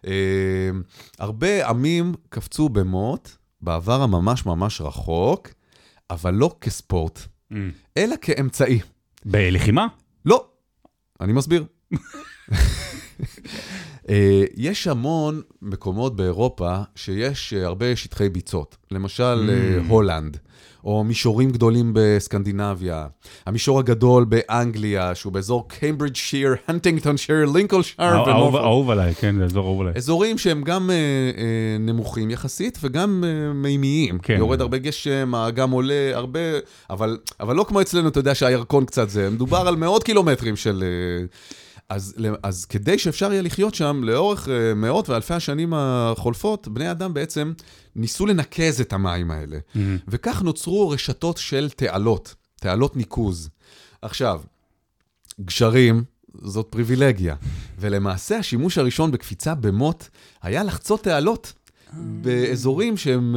הרבה עמים קפצו במוט, בעבר הממש ממש רחוק, אבל לא כספורט, אלא כאמצעי. בלחימה? לא, אני מסביר. יש המון מקומות באירופה שיש הרבה שטחי ביצות. למשל, הולנד, או מישורים גדולים בסקנדינביה. המישור הגדול באנגליה, שהוא באזור קיימברידג' שיר, הנטינגטון שיר, לינקולשייר ונורפולק. אהוב עליי, כן, זה אזור אהוב עליי. אזורים שהם גם נמוכים יחסית וגם מימיים. כן. יורד הרבה גשם, האגם עולה הרבה, אבל לא כמו אצלנו, אתה יודע שהירקון קצת זה. מדובר על מאות קילומטרים של... אז כדי שאפשר יהיה לחיות שם, לאורך מאות ואלפי השנים החולפות, בני אדם בעצם ניסו לנקז את המים האלה. וכך נוצרו רשתות של תעלות ניקוז. עכשיו, גשרים, זאת פריבילגיה. ולמעשה השימוש הראשון בקפיצה במות היה לחצות תעלות. באזורים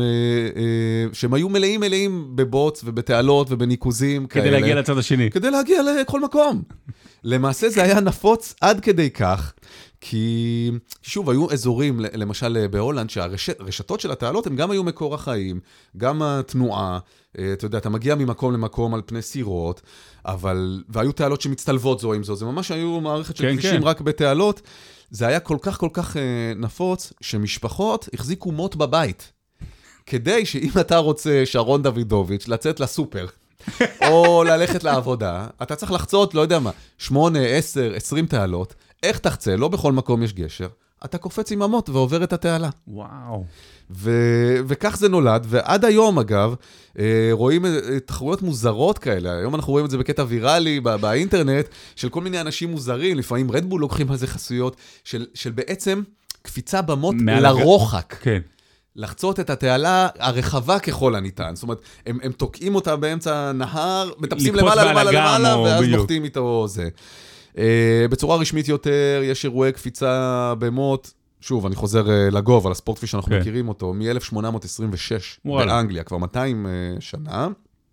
שהם היו מלאים בבוץ ובתעלות ובניקוזים כאלה. כדי להגיע לצד השני. כדי להגיע לכל מקום. למעשה זה היה נפוץ עד כדי כך, כי שוב, היו אזורים, למשל בהולנד, שהרשתות של התעלות הם גם היו מקור החיים, גם התנועה, אתה יודע, אתה מגיע ממקום למקום על פני סירות, והיו תעלות שמצטלבות זו עם זו, זה ממש היו מערכת של כבישים רק בתעלות, זה היה כל כך נפוץ, שמשפחות החזיקו מות בבית, כדי שאם אתה רוצה, שרון דוידוביץ', לצאת לסופר, או ללכת לעבודה, אתה צריך לחצות, לא יודע מה, 8, 10, 20 תעלות, איך תחצה? לא בכל מקום יש גשר, אתה קופץ עם המות ועובר את התעלה. וואו. וכך זה נולד, ועד היום אגב, רואים תחרויות מוזרות כאלה, היום אנחנו רואים את זה בקטע ויראלי באינטרנט, של כל מיני אנשים מוזרים, לפעמים רדבול לוקחים על זה חסויות, של בעצם קפיצה במות לרוחק. כן. לחצות את התעלה הרחבה ככל הניתן. זאת אומרת, הם תוקעים אותה באמצע נהר, מטפסים למעלה, ואז נוחתים איתו זה. בצורה רשמית יותר, יש אירועי קפיצה במות, שוב, אני חוזר לגוב, על הספורט כפי שאנחנו מכירים אותו, מ-1826 באנגליה, כבר 200 שנה.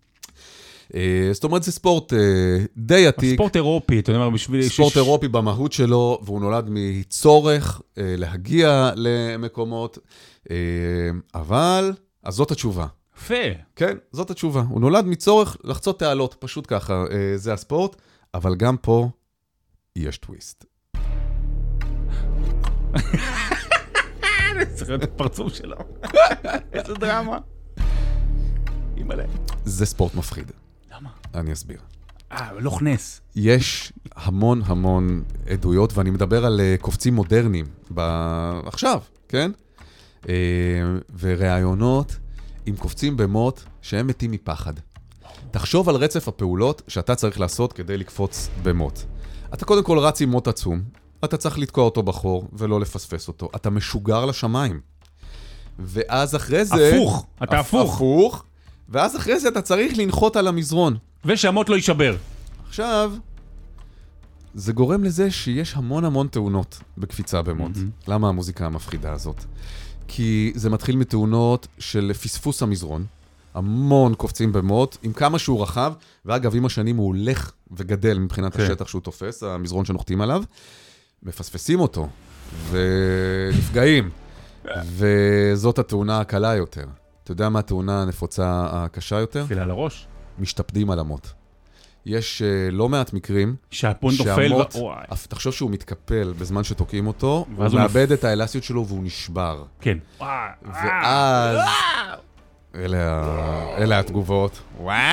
זאת אומרת, זה ספורט די עתיק. ספורט אירופי, אתה יודע מה, בשביל... ספורט אירופי במהות שלו, והוא נולד מצורך להגיע למקומות, אז זאת התשובה. יפה. כן, זאת התשובה. הוא נולד מצורך לחצות תעלות, פשוט ככה, זה הספורט, אבל גם פה יש טוויסט. צריך להיות הפרצוף שלו. איזה דרמה. אימא'לה. זה ספורט מפחיד. למה? אני אסביר. לוך נס. יש המון עדויות, ואני מדבר על קופצים מודרניים, עכשיו, כן? וראיונות עם קופצים במות שהם מתים מפחד. תחשוב על רצף הפעולות שאתה צריך לעשות כדי לקפוץ במות. אתה קודם כל רץ עם מות עצום, אתה צריך לתקוע אותו בחור ולא לפספס אותו. אתה משוגר לשמיים. ואז אחרי זה... הפוך, אתה הפוך. הפוך. ואז אחרי זה אתה צריך לנחות על המזרון. ושהמות לא יישבר. עכשיו, זה גורם לזה שיש המון תאונות בקפיצה במות. למה המוזיקה המפחידה הזאת? כי זה מתחיל מתאונות של פספוס המזרון. המון קופצים במות, עם כמה שהוא רחב, ואגב, עם השנים הוא הולך וגדל מבחינת השטח שהוא תופס, המזרון שנוחתים עליו, מפספסים אותו, ונפגעים, וזאת התאונה הקלה יותר. אתה יודע מה התאונה הנפוצה הקשה יותר? תפילה על הראש. משתפדים על המות. יש לא מעט מקרים, שהפון נופל, תחשוב שהוא מתקפל בזמן שתוקעים אותו, הוא מאבד את האלסטיות שלו והוא נשבר. כן. ואז... אלה התגובות.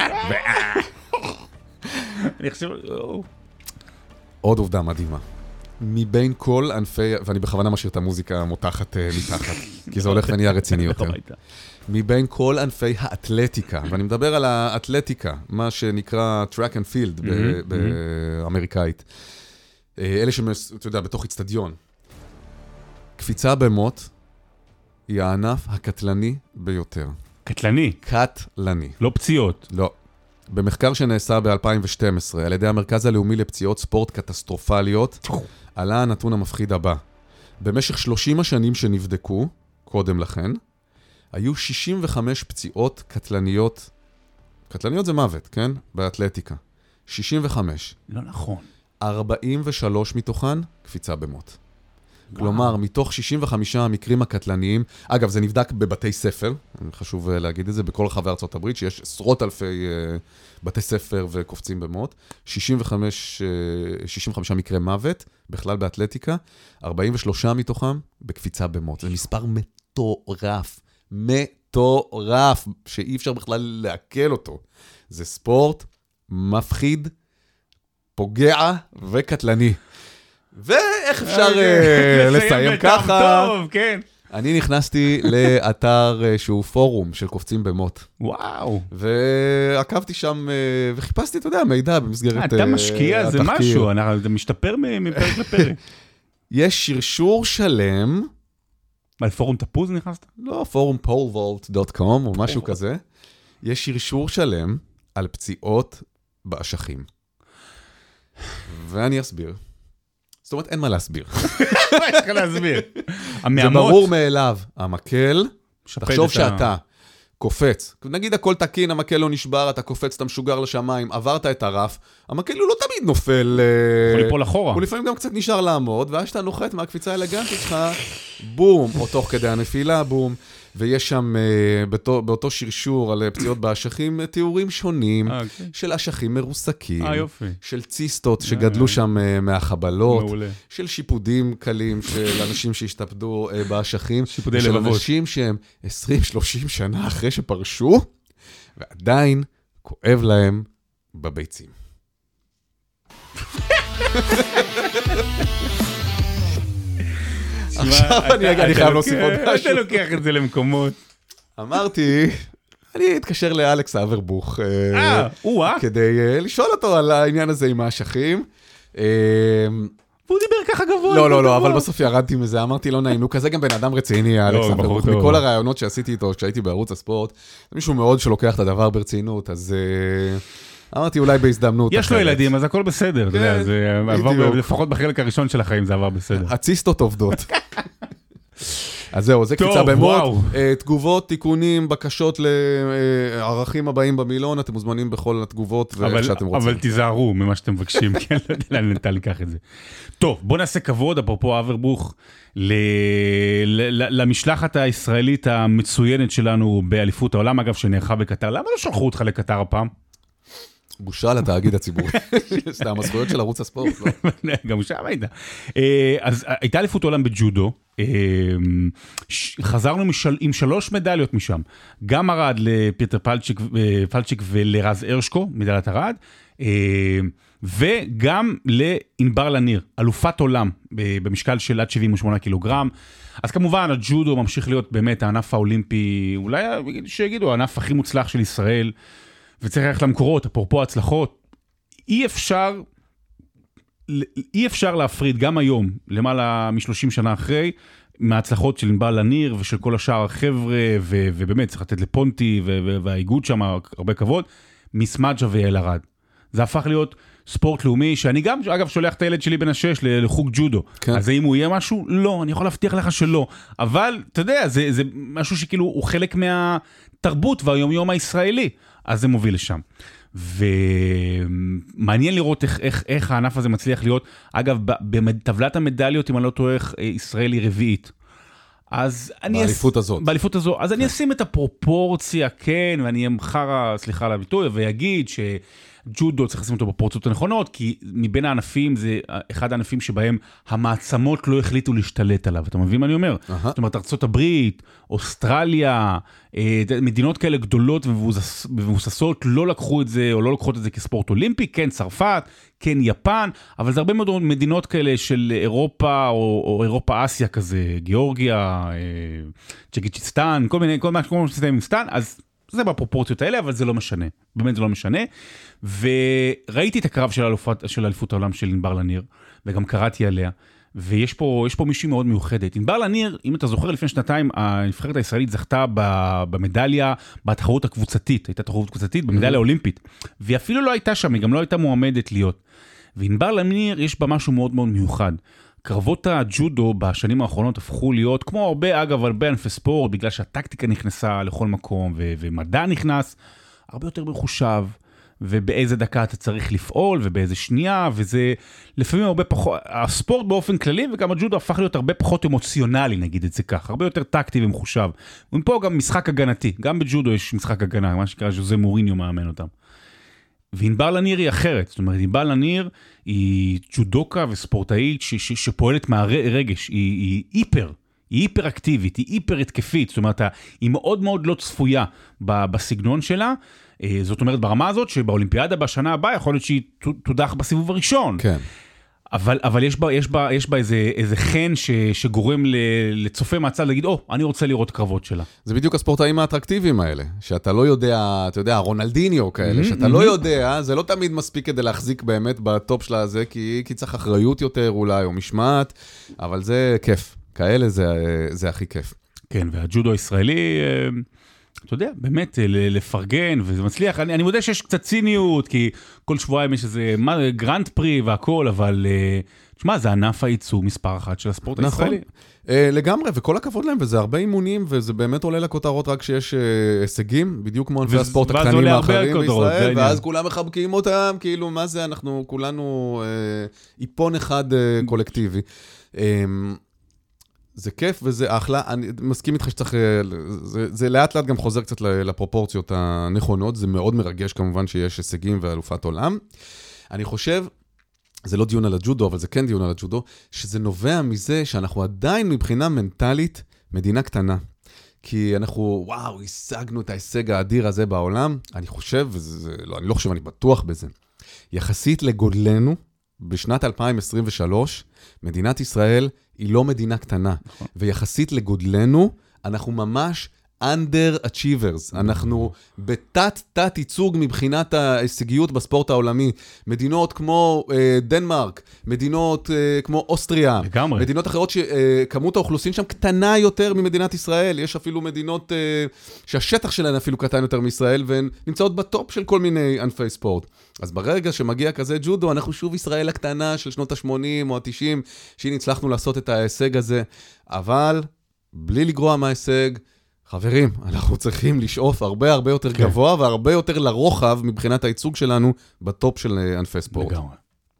אני חושב... עוד עובדה מדהימה. מבין כל ענפי, ואני בכוונה משאיר את המוזיקה מותחת מתחת, כי זה הולך ונהיה רציני יותר. מבין כל ענפי האתלטיקה, ואני מדבר על האתלטיקה, מה שנקרא track and field באמריקאית. אלה שאתה יודע, בתוך אצטדיון. קפיצה במות היא הענף הקטלני ביותר. קטלני? קטלני. לא פציעות. לא. במחקר שנעשה ב-2012, על ידי המרכז הלאומי לפציעות ספורט קטסטרופליות, עלה הנתון המפחיד הבא. במשך 30 השנים שנבדקו, קודם לכן, היו 65 פציעות קטלניות. קטלניות זה מוות, כן? באתלטיקה. 65. לא נכון. 43 מתוכן, קפיצה במות. כלומר, מתוך 65 המקרים הקטלניים, אגב, זה נבדק בבתי ספר, חשוב להגיד את זה, בכל רחבי ארצות הברית, שיש עשרות אלפי בתי ספר וקופצים במוט, 65 מקרי מוות, בכלל באתלטיקה, 43 מתוכם בקפיצה במוט. זה מספר מטורף, שאי אפשר בכלל לעכל אותו. זה ספורט מפחיד, פוגע וקטלני. ואיך אפשר לסיים ככה? טוב, כן. אני נכנסתי לאתר שהוא פורום של קופצים במוט. וואו. ועקבתי שם וחיפשתי, אתה יודע, מידע במסגרת אתה משקיע, זה משהו, אתה משתפר מפרק לפרק. יש שרשור שלם. על פורום תפוז נכנסת? לא, פורום polevault.com או משהו כזה. יש שרשור שלם על פציעות באשכים. ואני אסביר. זאת אומרת, אין מה להסביר. מה יש לך להסביר? זה ברור מאליו. המקל, תחשוב שאתה קופץ. נגיד הכל תקין, המקל לא נשבר, אתה קופץ, אתה משוגר לשמיים, עברת את הרף, המקל הוא לא תמיד נופל. יכול ליפול אחורה. הוא לפעמים גם קצת נשאר לעמוד, ואז שאתה נוחת מהקפיצה האלגנטית שלך, בום, או תוך כדי הנפילה, בום. ויש שם באותו שרשור על פציעות באשכים, תיאורים שונים של אשכים מרוסקים, של ציסטות שגדלו שם מהחבלות, של שיפודים קלים של אנשים שהשתפדו באשכים, של אנשים שהם 20-30 שנה אחרי שפרשו, ועדיין כואב להם בביצים. עכשיו אני חייב להוסיף עוד משהו. אתה לוקח את זה למקומות. אמרתי, אני אתקשר לאלכס אברבוך, כדי לשאול אותו על העניין הזה עם האשכים. והוא דיבר ככה גבוה. לא, אבל בסוף ירדתי מזה, אמרתי לא נעים, הוא כזה גם בן אדם רציני, אלכס אברבוך. מכל הרעיונות שעשיתי איתו, כשהייתי בערוץ הספורט, זה מישהו מאוד שלוקח את הדבר ברצינות, אז אמרתי אולי בהזדמנות. יש לו ילדים, אז הכל בסדר. לפחות בחלק הראשון של החיים זה עבר בסדר. הציסטות עובדות. אז זהו, זה קפיצה במוט. תגובות, תיקונים, בקשות לערכים הבאים במילון, אתם מוזמנים בכל התגובות ואיך שאתם רוצים. אבל תיזהרו ממה שאתם מבקשים, כי אני לא יודע לאן נתן לקח את זה. טוב, בוא נעשה כבוד, אפרופו אברבוך, למשלחת הישראלית המצוינת שלנו באליפות העולם, אגב, שנערכה בקטר. למה לא שלחו אותך לקטר הפעם? בושה לתאגיד הציבורי. סתם, הזכויות של ערוץ הספורט, לא? גם שם הייתה. אז הייתה אליפות עולם בג'ודו, חזרנו עם 3 מדליות משם, גם ארד לפיטר פלצ'יק ולרז הרשקו, מדליית ארד, וגם לענבר לניר, אלופת עולם במשקל של עד 78 קילוגרם. אז כמובן הג'ודו ממשיך להיות באמת הענף האולימפי, אולי שיגידו, הענף הכי מוצלח של ישראל, וצריך ללכת למקורות, אפרופו הצלחות, אי אפשר להפריד גם היום, למעלה מ-30 שנה אחרי, מההצלחות של ענבר לניר ושל כל השאר החבר'ה, ובאמת צריך לתת לפונטי והאיגוד שם, הרבה כבוד, מסמג'ה ואל ארד. זה הפך להיות ספורט לאומי, שאני גם, אגב, שולח את הילד שלי בן 6 לחוג ג'ודו. כן. אז האם הוא יהיה משהו? לא, אני יכול להבטיח לך שלא. אבל, אתה יודע, זה משהו שכאילו הוא חלק מהתרבות והיומיום הישראלי. אז זה מוביל לשם. ומעניין לראות איך הענף הזה מצליח להיות. אגב, בטבלת המדליות, אם אני לא טועה, ישראל היא רביעית. באליפות הזאת. באליפות הזאת. אז אני אשים את הפרופורציה, כן, ואני אמחר, סליחה על הביטוי, ויגיד שג'ודו צריך לשים אותו בפרופורציות הנכונות, כי מבין הענפים זה אחד הענפים שבהם המעצמות לא החליטו להשתלט עליו. אתה מבין מה אני אומר? זאת אומרת, ארצות הברית, אוסטרליה, מדינות כאלה גדולות ומבוססות לא לקחו את זה, או לא לקחו את זה כספורט אולימפי, כן צרפת, כן יפן, אבל זה הרבה מאוד מדינות כאלה של אירופה, או אירופה-אסיה כזה, גיאורגיה, צ'קיצ'יסטן, כל מה שעושים עם סטן, אז זה בפרופורציות האלה, אבל זה לא משנה, באמת זה לא משנה, וראיתי את הקרב של אליפות העולם של ענבר לניר, וגם קראתי עליה, ויש פה מישהי מאוד מיוחדת. ענבר לניר, אם אתה זוכר, לפני שנתיים, הנבחרת הישראלית זכתה במדליה, בתחרות הקבוצתית, הייתה תחרות קבוצתית, במדליה האולימפית, והיא אפילו לא הייתה שם, היא גם לא הייתה מועמדת להיות. וענבר לניר יש בה משהו מאוד מאוד מיוחד. קרבות הג'ודו בשנים האחרונות הפכו להיות, כמו הרבה ענפי ספורט, בגלל שהטקטיקה נכנסה לכל מקום, ומדע נכנס, הרבה יותר מחושב, ובאיזה דקה אתה צריך לפעול, ובאיזה שנייה, וזה לפעמים הרבה פחות, הספורט באופן כללי, וגם הג'ודו הפך להיות הרבה פחות אמוציונלי, נגיד את זה כך, הרבה יותר טקטי ומחושב. ופה גם משחק הגנתי, גם בג'ודו יש משחק הגנה, מה שקרה ז'וזה מוריניו מאמן אותם. וענבר לניר היא אחרת, זאת אומרת, ענבר לניר היא ג'ודוקה וספורטאית שפועלת מהרגש, היא היפר אקטיבית, היא היפר התקפית, זאת אומרת, היא מאוד מאוד לא צפויה בסגנון שלה, זאת אומרת, ברמה הזאת שבאולימפיאדה בשנה הבאה יכול להיות שהיא תודח בסיבוב הראשון. כן. אבל יש בה איזה חן שגורם לצופה מהצד להגיד, אני רוצה לראות קרבות שלה. זה בדיוק הספורטאים האטרקטיביים האלה, שאתה לא יודע, אתה יודע, רונלדיניו כאלה, שאתה לא יודע, זה לא תמיד מספיק כדי להחזיק באמת בטופ שלה הזה, כי צריך אחריות יותר אולי, או משמעת, אבל זה כיף. כאלה זה הכי כיף. כן, והג'ודו הישראלי, אתה יודע, באמת לפרגן, וזה מצליח. אני מודה שיש קצת ציניות, כי כל שבועיים יש איזה גרנד פרי והכל, אבל תשמע, זה ענף הייצוא מספר אחת של הספורט הישראלי. לגמרי, וכל הכבוד להם, וזה הרבה אימונים, וזה באמת עולה לכותרות רק שיש הישגים, בדיוק כמו ענפי הספורט הקטנים האחרים בישראל, ואז כולם מחבקים אותם, כאילו, מה זה, אנחנו כולנו איפון אחד קולקטיבי. זה כיף וזה אחלה, אני מסכים איתך שצריך, זה לאט לאט גם חוזר קצת לפרופורציות הנכונות, זה מאוד מרגש כמובן שיש הישגים ואלופת עולם. אני חושב, זה לא דיון על הג'ודו, אבל זה כן דיון על הג'ודו, שזה נובע מזה שאנחנו עדיין מבחינה מנטלית מדינה קטנה. כי אנחנו, וואו, השגנו את ההישג האדיר הזה בעולם, אני חושב, אני לא חושב, אני בטוח בזה. יחסית לגודלנו, בשנת 2023, מדינת ישראל היא לא מדינה קטנה, ויחסית לגודלנו, אנחנו ממש under-achievers, אנחנו בתת ייצוג מבחינת ההישגיות בספורט העולמי, מדינות כמו דנמרק, מדינות כמו אוסטריה, לגמרי. מדינות אחרות שכמות האוכלוסין שם קטנה יותר ממדינת ישראל, יש אפילו מדינות שהשטח שלהן אפילו קטן יותר מישראל, והן נמצאות בטופ של כל מיני ענפי ספורט. אז ברגע שמגיע כזה ג'ודו, אנחנו שוב ישראל הקטנה של שנות ה-80 או ה-90, שהנה הצלחנו לעשות את ההישג הזה, אבל בלי לגרוע מההישג, חברים, אנחנו צריכים לשאוף הרבה הרבה יותר גבוה, והרבה יותר לרוחב מבחינת הייצוג שלנו בטופ של ענפי ספורט. לגמרי.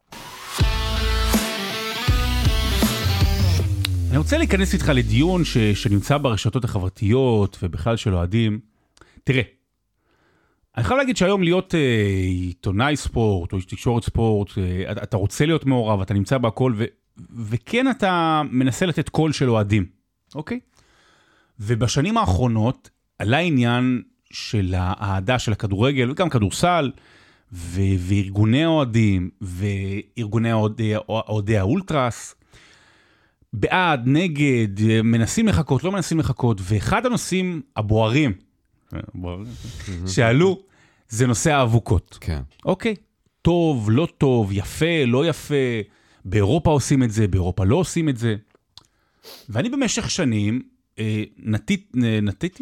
אני רוצה להיכנס איתך לדיון שנמצא ברשתות החברתיות ובכלל של אוהדים. תראה, אני חייב להגיד שהיום להיות עיתונאי ספורט או תקשורת ספורט, אתה רוצה להיות מעורב, אתה נמצא בהכל, וכן אתה מנסה לתת קול של אוהדים, אוקיי? ובשנים האחרונות עלה עניין של האהדה של הכדורגל, וגם כדורסל, וארגוני האוהדים, וארגוני אוהדי האולטרס, בעד, נגד, מנסים לחכות, לא מנסים לחכות, ואחד הנושאים הבוערים, שעלו, זה נושא האבוקות. כן. אוקיי, טוב, לא טוב, יפה, לא יפה, באירופה עושים את זה, באירופה לא עושים את זה. ואני במשך שנים, נתיתי?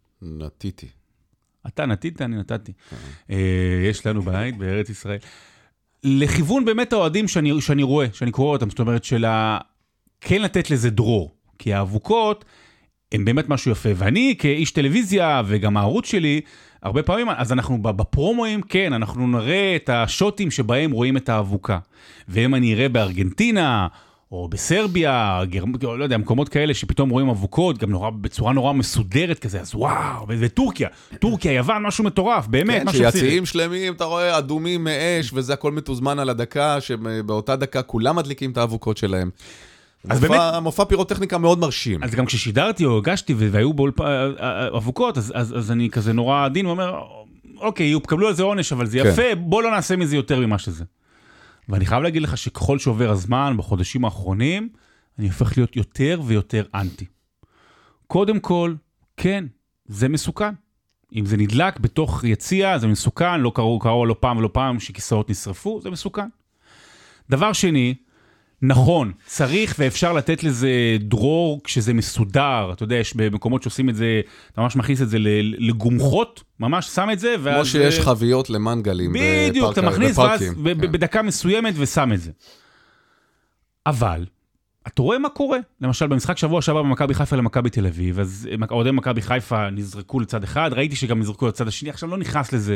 אתה נתית, אני נתתי. יש לנו בית בארץ ישראל. לכיוון באמת האוהדים שאני רואה, שאני קורא אותם, זאת אומרת כן לתת לזה דרור, כי האבוקות הם באמת משהו יפה, ואני כאיש טלוויזיה וגם הערוץ שלי, הרבה פעמים, אז אנחנו בפרומואים, כן, אנחנו נראה את השוטים שבהם רואים את האבוקה, ואם אני אראה בארגנטינה, או בסרביה, לא יודע, מקומות כאלה שפתאום רואים אבוקות, גם בצורה נורא מסודרת כזה, אז וואו, וטורקיה, יוון, משהו מטורף, באמת, משהו צירי. שיציעים שלמים, אתה רואה, אדומים מאש, וזה הכל מתוזמן על הדקה, שבאותה דקה כולם מדליקים את האבוקות שלהם. מופע פירוטכניקה מאוד מרשים. אז גם כששידרתי או הגשתי והיו אבוקות, אז אני כזה נורא עדין, ואומר, אוקיי, קבלו על זה עונש, אבל זה יפה, בוא לא נעשה מזה יותר ממה שזה. ואני חייב להגיד לך שככל שעובר הזמן, בחודשים האחרונים, אני הופך להיות יותר ויותר אנטי. קודם כל, כן, זה מסוכן. אם זה נדלק בתוך יציאה, זה מסוכן, לא קראו לא פעם ולא פעם שכיסאות נשרפו, זה מסוכן. דבר שני, נכון, צריך ואפשר לתת לזה דרור כשזה מסודר, אתה יודע, יש במקומות שעושים את זה, אתה ממש מכניס את זה לגומחות, ממש שם את זה, כמו שיש חביות למנגלים בפארקים. בדיוק, אתה מכניס בדקה מסוימת ושם את זה. אבל, אתה רואה מה קורה? למשל, במשחק שבוע שעבר במכבי חיפה למכבי תל אביב, אז אוהדי מכבי חיפה נזרקו לצד אחד, ראיתי שגם נזרקו לצד השני, עכשיו לא נכנס לזה,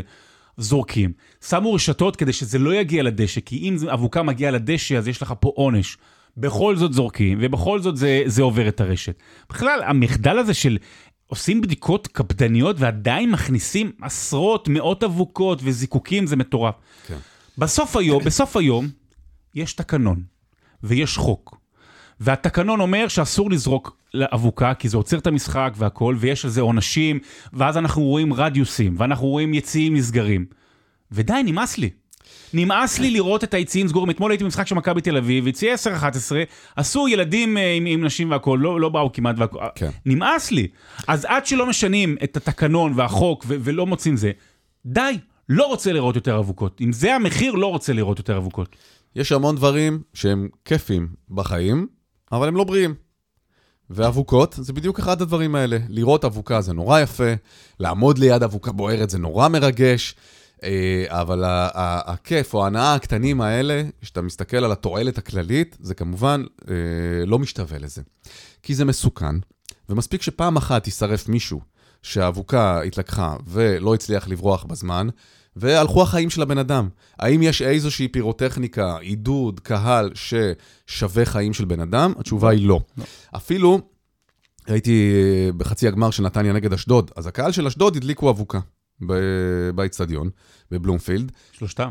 זורקים. שמו רשתות כדי שזה לא יגיע לדשא, כי אם אבוקה מגיעה לדשא, אז יש לך פה עונש. בכל זאת זורקים, ובכל זאת זה עובר את הרשת. בכלל, המחדל הזה של עושים בדיקות קפדניות, ועדיין מכניסים עשרות, מאות אבוקות וזיקוקים, זה מטורף. כן. בסוף היום, יש תקנון, ויש חוק. והתקנון אומר שאסור לזרוק לאבוקה, כי זה עוצר את המשחק והכל, ויש על זה עונשים, ואז אנחנו רואים רדיוסים, ואנחנו רואים יציאים נסגרים. ודי, נמאס לי. נמאס לי לראות את היציאים סגורים. אתמול הייתי במשחק של מכבי תל אביב, יציאי 10-11, עשו ילדים עם נשים והכל, לא באו כמעט והכל. כן. נמאס לי. אז עד שלא משנים את התקנון והחוק ולא מוצאים זה, די, לא רוצה לראות יותר אבוקות. אם זה המחיר, לא רוצה לראות יותר אבוקות. יש המון דברים שהם כיפים בחיים, אבל הם לא בריאים. ואבוקות, זה בדיוק אחד הדברים האלה. לראות אבוקה זה נורא יפה, לעמוד ליד אבוקה בוערת זה נורא מרגש, אבל הכיף או ההנאה הקטנים האלה, שאתה מסתכל על התועלת הכללית, זה כמובן לא משתווה לזה. כי זה מסוכן, ומספיק שפעם אחת ישרף מישהו שהאבוקה התלקחה ולא הצליח לברוח בזמן, והלכו החיים של הבן אדם. האם יש איזושהי פירוטכניקה, עידוד, קהל ששווה חיים של בן אדם? התשובה היא לא. אפילו הייתי בחצי הגמר של נתניה נגד אשדוד, אז הקהל של אשדוד הדליקו אבוקה באצטדיון, בבלומפילד. שלושתם.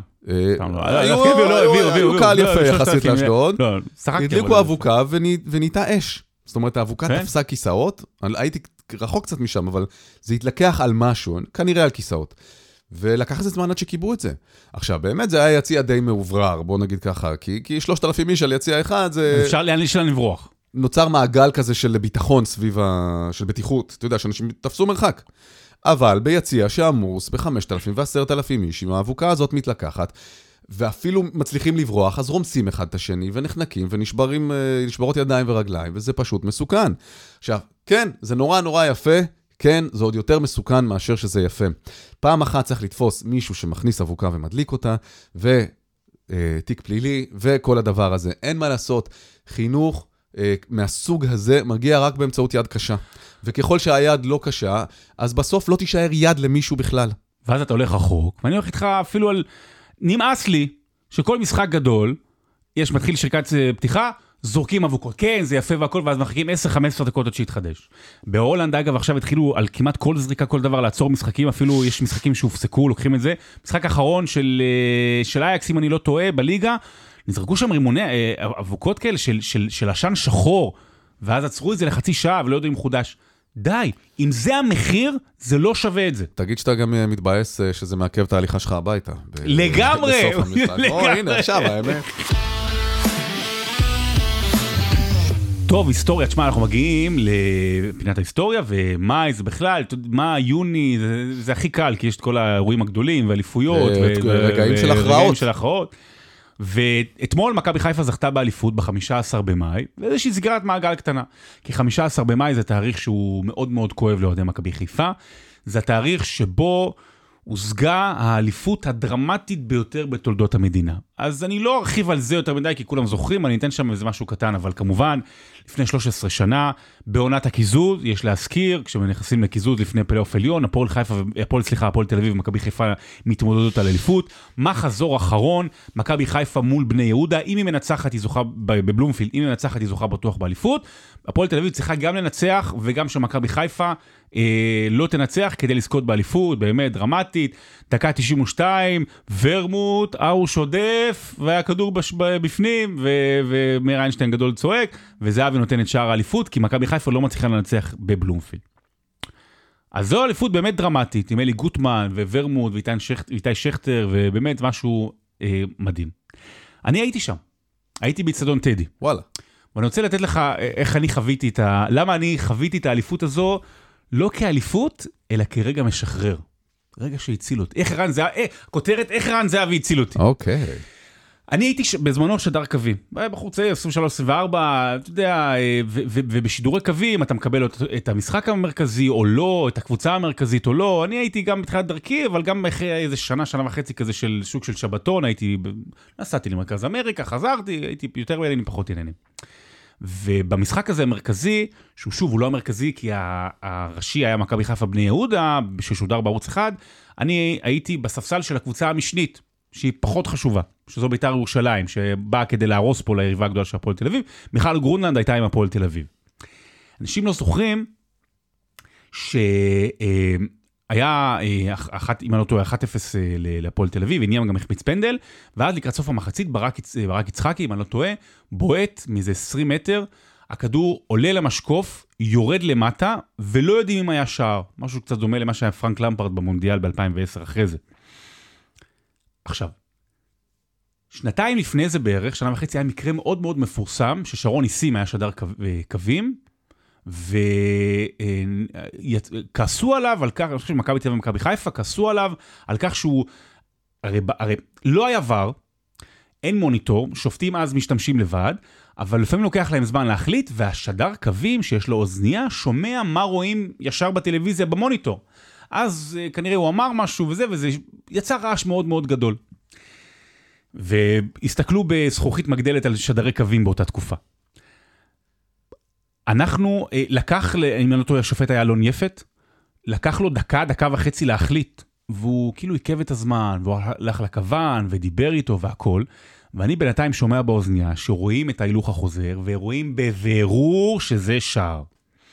היו קהל יפה יחסית לאשדוד. הדליקו אבוקה וניתה אש. זאת אומרת, האבוקה תפסה כיסאות, הייתי רחוק קצת משם, אבל זה התלקח על משהו, כנראה על כיסאות. ולקח איזה זמן עד שקיבו את זה. עכשיו, באמת זה היה יציע די מעוברר, בוא נגיד ככה, כי 3,000 איש על יציע אחד, זה... אפשר לאן לשלם לברוח. נוצר מעגל כזה של ביטחון סביב של בטיחות, אתה יודע, שאנשים תפסו מרחק. אבל ביציע שעמוס ב-5,000 ו10,000 איש, עם האבוקה הזאת מתלקחת, ואפילו מצליחים לברוח, אז רומסים אחד את השני, ונחנקים, ונשברות ידיים ורגליים, וזה פשוט מסוכן. עכשיו, כן, זה נורא נורא יפה, כן, זה עוד יותר מסוכן מאשר שזה יפה. פעם אחת צריך לתפוס מישהו שמכניס אבוקה ומדליק אותה, ותיק פלילי, וכל הדבר הזה. אין מה לעשות, חינוך מהסוג הזה מגיע רק באמצעות יד קשה. וככל שהיד לא קשה, אז בסוף לא תישאר יד למישהו בכלל. ואז אתה הולך רחוק, ואני הולך איתך אפילו על... נמאס לי שכל משחק גדול, מתחיל שריקת פתיחה, זורקים אבוקות. כן, זה יפה והכל, ואז מחכים 10-15 דקות עד שיתחדש. בהולנד, אגב, עכשיו התחילו על כמעט כל זריקה, כל דבר, לעצור משחקים, אפילו יש משחקים שהופסקו, לוקחים את זה. משחק האחרון של אייקס, אם אני לא טועה, בליגה, נזרקו שם רימוני אבוקות כאלה של עשן שחור, ואז עצרו את זה לחצי שעה, ולא יודעים חודש. די, אם זה המחיר, זה לא שווה את זה. תגיד שאתה גם מתבאס שזה מעכב את ההליכה שלך הביתה. לגמרי! בסוף המשחק. הנה, עכשיו, האמת. טוב, היסטוריה, תשמע, אנחנו מגיעים לפינת ההיסטוריה, ומאי זה בכלל, מאי, יוני, זה הכי קל, כי יש את כל האירועים הגדולים, והאליפויות, רגעים של הכרעות. ואתמול מכבי חיפה זכתה באליפות ב-15 במאי, ואיזושהי סגירת מעגל קטנה, כי 15 במאי זה תאריך שהוא מאוד מאוד כואב לאוהדי מכבי חיפה, זה התאריך שבו הושגה האליפות הדרמטית ביותר בתולדות המדינה. אז אני לא ארחיב על זה יותר מדי, כי כולם זוכרים, אני אתן שם איזה משהו קטן, אבל כמובן, לפני 13 שנה, בעונת הקיזוז, יש להזכיר, כשנכנסים לקיזוז לפני פלייאוף עליון, הפועל תל אביב ומכבי חיפה מתמודדות על אליפות, מחזור אחרון, מכבי חיפה מול בני יהודה, אם היא מנצחת היא זוכה בבלומפילד, אם היא מנצחת היא זוכה בטוח באליפות, הפועל תל אביב צריכה גם לנצח, וגם שמכבי חיפה לא תנצח כדי לזכות באליפות, באמת דרמטית, דקה 92, ורמוט, ארוש עודף, והכדור בפנים, ומאיר איינשטיין גדול צועק, וזהבי נותן את שער האליפות, כי מכבי חיפה לא מצליחה לנצח בבלומפילד. אז זו אליפות באמת דרמטית, עם אלי גוטמן, וורמוט, ואיתי שכטר, ובאמת משהו מדהים. אני הייתי שם, הייתי באצטדיון טדי. וואלה. ואני רוצה לתת לך איך אני חוויתי למה אני חוויתי את האליפות הזו, לא כאליפות, אלא כרגע משחרר. רגע שהציל אותי. כותרת, איך ערן זהבי הציל אותי. אוקיי. אני הייתי בזמנו שדר קווים. בחור צעיר, 23-24, אתה יודע, ובשידורי קווים אתה מקבל את המשחק המרכזי או לא, את הקבוצה המרכזית או לא. אני הייתי גם בתחילת דרכי, אבל גם אחרי איזה שנה וחצי כזה של שוק של שבתון, נסעתי למרכז אמריקה, חזרתי, הייתי יותר בעניינים, פחות עניינים. ובמשחק הזה המרכזי, שהוא שוב, הוא לא המרכזי, כי הראשי היה מכבי חיפה בני יהודה, ששודר בערוץ אחד, אני הייתי בספסל של הקבוצה המשנית, שהיא פחות חשובה, שזו בית"ר ירושלים, שבאה כדי להרוס פה ליריבה הגדולה של הפועל תל אביב, מיכל גרונלנד הייתה עם הפועל תל אביב. אנשים לא זוכרים שהיה, אם אני לא טועה, 1-0 לפועל תל אביב, הניע גם החמיץ פנדל, ואז לקראת סוף המחצית, ברק יצחקי, אם אני לא טועה, בועט מאיזה 20 מטר, הכדור עולה למשקוף, יורד למטה, ולא יודעים אם היה שער. משהו קצת דומה למה שהיה פרנק למפרד במונדיאל ב-2010 אחרי זה. עכשיו, שנתיים לפני זה בערך, שנה וחצי, היה מקרה מאוד מאוד מפורסם, ששרון ניסים היה שדר קווים, וכעסו עליו על כך, אני חושב שמכבי תל אביב ומכבי חיפה, כעסו עליו על כך שהוא, הרי לא היה ור, אין מוניטור, שופטים אז משתמשים לבד, אבל לפעמים לוקח להם זמן להחליט, והשדר קווים שיש לו אוזנייה, שומע מה רואים ישר בטלוויזיה במוניטור. אז כנראה הוא אמר משהו וזה יצא רעש מאוד מאוד גדול. והסתכלו בזכוכית מגדלת על שדרי קווים באותה תקופה. אנחנו, אם אני לא טועה, השופט היה אלון יפת, לקח לו דקה וחצי להחליט, והוא כאילו עיכב את הזמן, והוא הלך לכוון, ודיבר איתו והכל, ואני בינתיים שומע באוזניה, שרואים את ההילוך החוזר, ורואים בבירור שזה שער.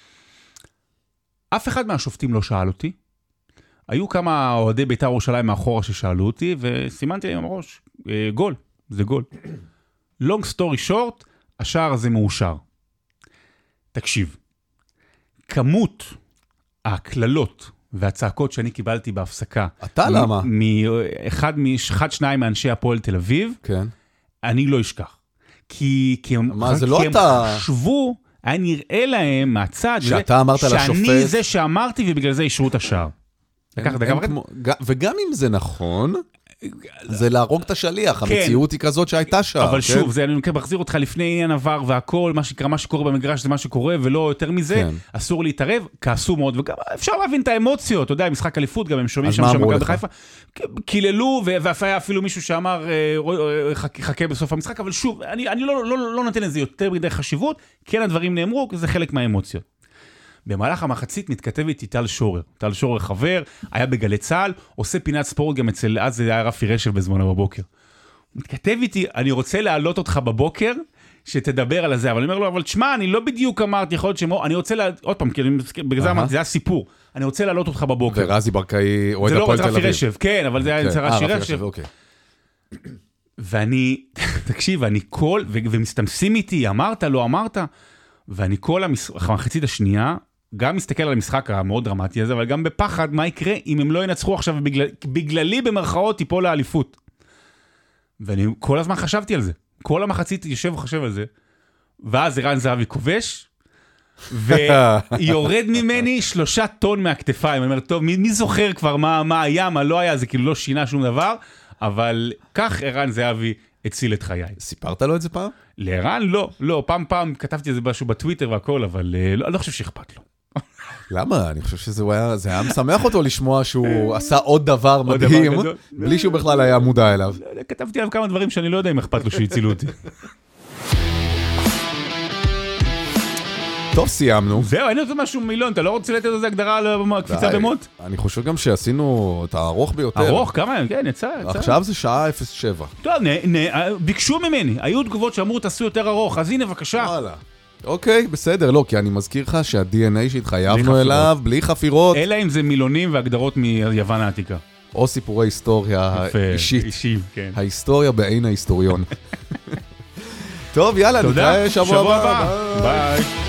אף אחד מהשופטים לא שאל אותי, היו כמה אוהדי בית"ר ירושלים מאחורה ששאלו אותי, וסימנתי להם בראש, גול, זה גול. Long story short, השער הזה מאושר. תקשיב, כמות הכללות והצעקות שאני קיבלתי בהפסקה, אתה למה? שניים מאנשי הפועל תל אביב, כן. אני לא אשכח. כי מה, זה לא אתה? הם חשבו, היה נראה להם מהצד, שאתה אמרת לשופט, שאני זה שאמרתי ובגלל זה אישרו את השער. וגם אם זה נכון, זה להרוג את השליח, המציאות היא כזאת שהייתה שם. אבל שוב, אני מחזיר אותך לפני עניין עבר והכל, מה שקורה במגרש זה מה שקורה, ולא יותר מזה, אסור להתערב, כעסו מאוד, וגם אפשר להבין את האמוציות, אתה יודע, משחק אליפות, גם הם שומעים שם מכבי חיפה, קיללו, והיה אפילו מישהו שאמר, חכה בסוף המשחק, אבל שוב, אני לא נותן לזה יותר מדי חשיבות, כן הדברים נאמרו, זה חלק מהאמוציות. במהלך המחצית מתכתב איתי טל שורר. טל שורר חבר, היה בגלי צהל, עושה פינת ספורט גם אצל, אז זה היה רפי רשב בזמנו בבוקר. מתכתב איתי, אני רוצה להעלות אותך בבוקר, שתדבר על זה, אבל אני אומר לו, אבל תשמע, אני לא בדיוק אמרתי, יכול להיות אני רוצה, עוד פעם, בגלל זה אמרתי, זה היה סיפור, אני רוצה להעלות אותך בבוקר. ורזי ברקאי, אוהד הפועל תל אביב. זה לא רפי רשב, כן, אבל זה היה אצל רפי רשב. ואני, תקשיב, ומסתמסים איתי, אמרת, לא אמרת, ואני כל המחצית השנייה, גם מסתכל על המשחק המאוד דרמטי הזה, אבל גם בפחד מה יקרה אם הם לא ינצחו עכשיו, בגללי במרכאות תיפול לאליפות. ואני כל הזמן חשבתי על זה. כל המחצית יושב וחשב על זה, ואז ערן זהבי כובש, ויורד ממני 3 טון מהכתפיים. אני אומר, טוב, מי זוכר כבר מה היה, מה לא היה, זה כאילו לא שינה שום דבר, אבל כך ערן זהבי הציל את חיי. סיפרת לו את זה פעם? לערן לא, פעם כתבתי את זה משהו בטוויטר והכל, אבל לא חושב שאכפת לו. למה? אני חושב שזה היה משמח אותו לשמוע שהוא עשה עוד דבר מדהים, בלי שהוא בכלל היה מודע אליו. כתבתי עליו כמה דברים שאני לא יודע אם אכפת לו שהצילו אותי. טוב, סיימנו. זהו, אני רוצה משהו מילון, אתה לא רוצה לתת איזה הגדרה על קפיצה במות? אני חושב גם שעשינו את הארוך ביותר. ארוך? כמה? כן, יצא. עכשיו זה שעה 07. טוב, ביקשו ממני, היו תגובות שאמרו תעשו יותר ארוך, אז הנה בבקשה. וואלה. אוקיי, בסדר, לא, כי אני מזכיר לך שה-DNA שהתחייבנו אליו, בלי חפירות. אלא אם זה מילונים והגדרות מיוון העתיקה. או סיפורי היסטוריה אישית. אישיים, כן. ההיסטוריה בעין ההיסטוריון. טוב, יאללה, נתראה שבוע הבא. ביי.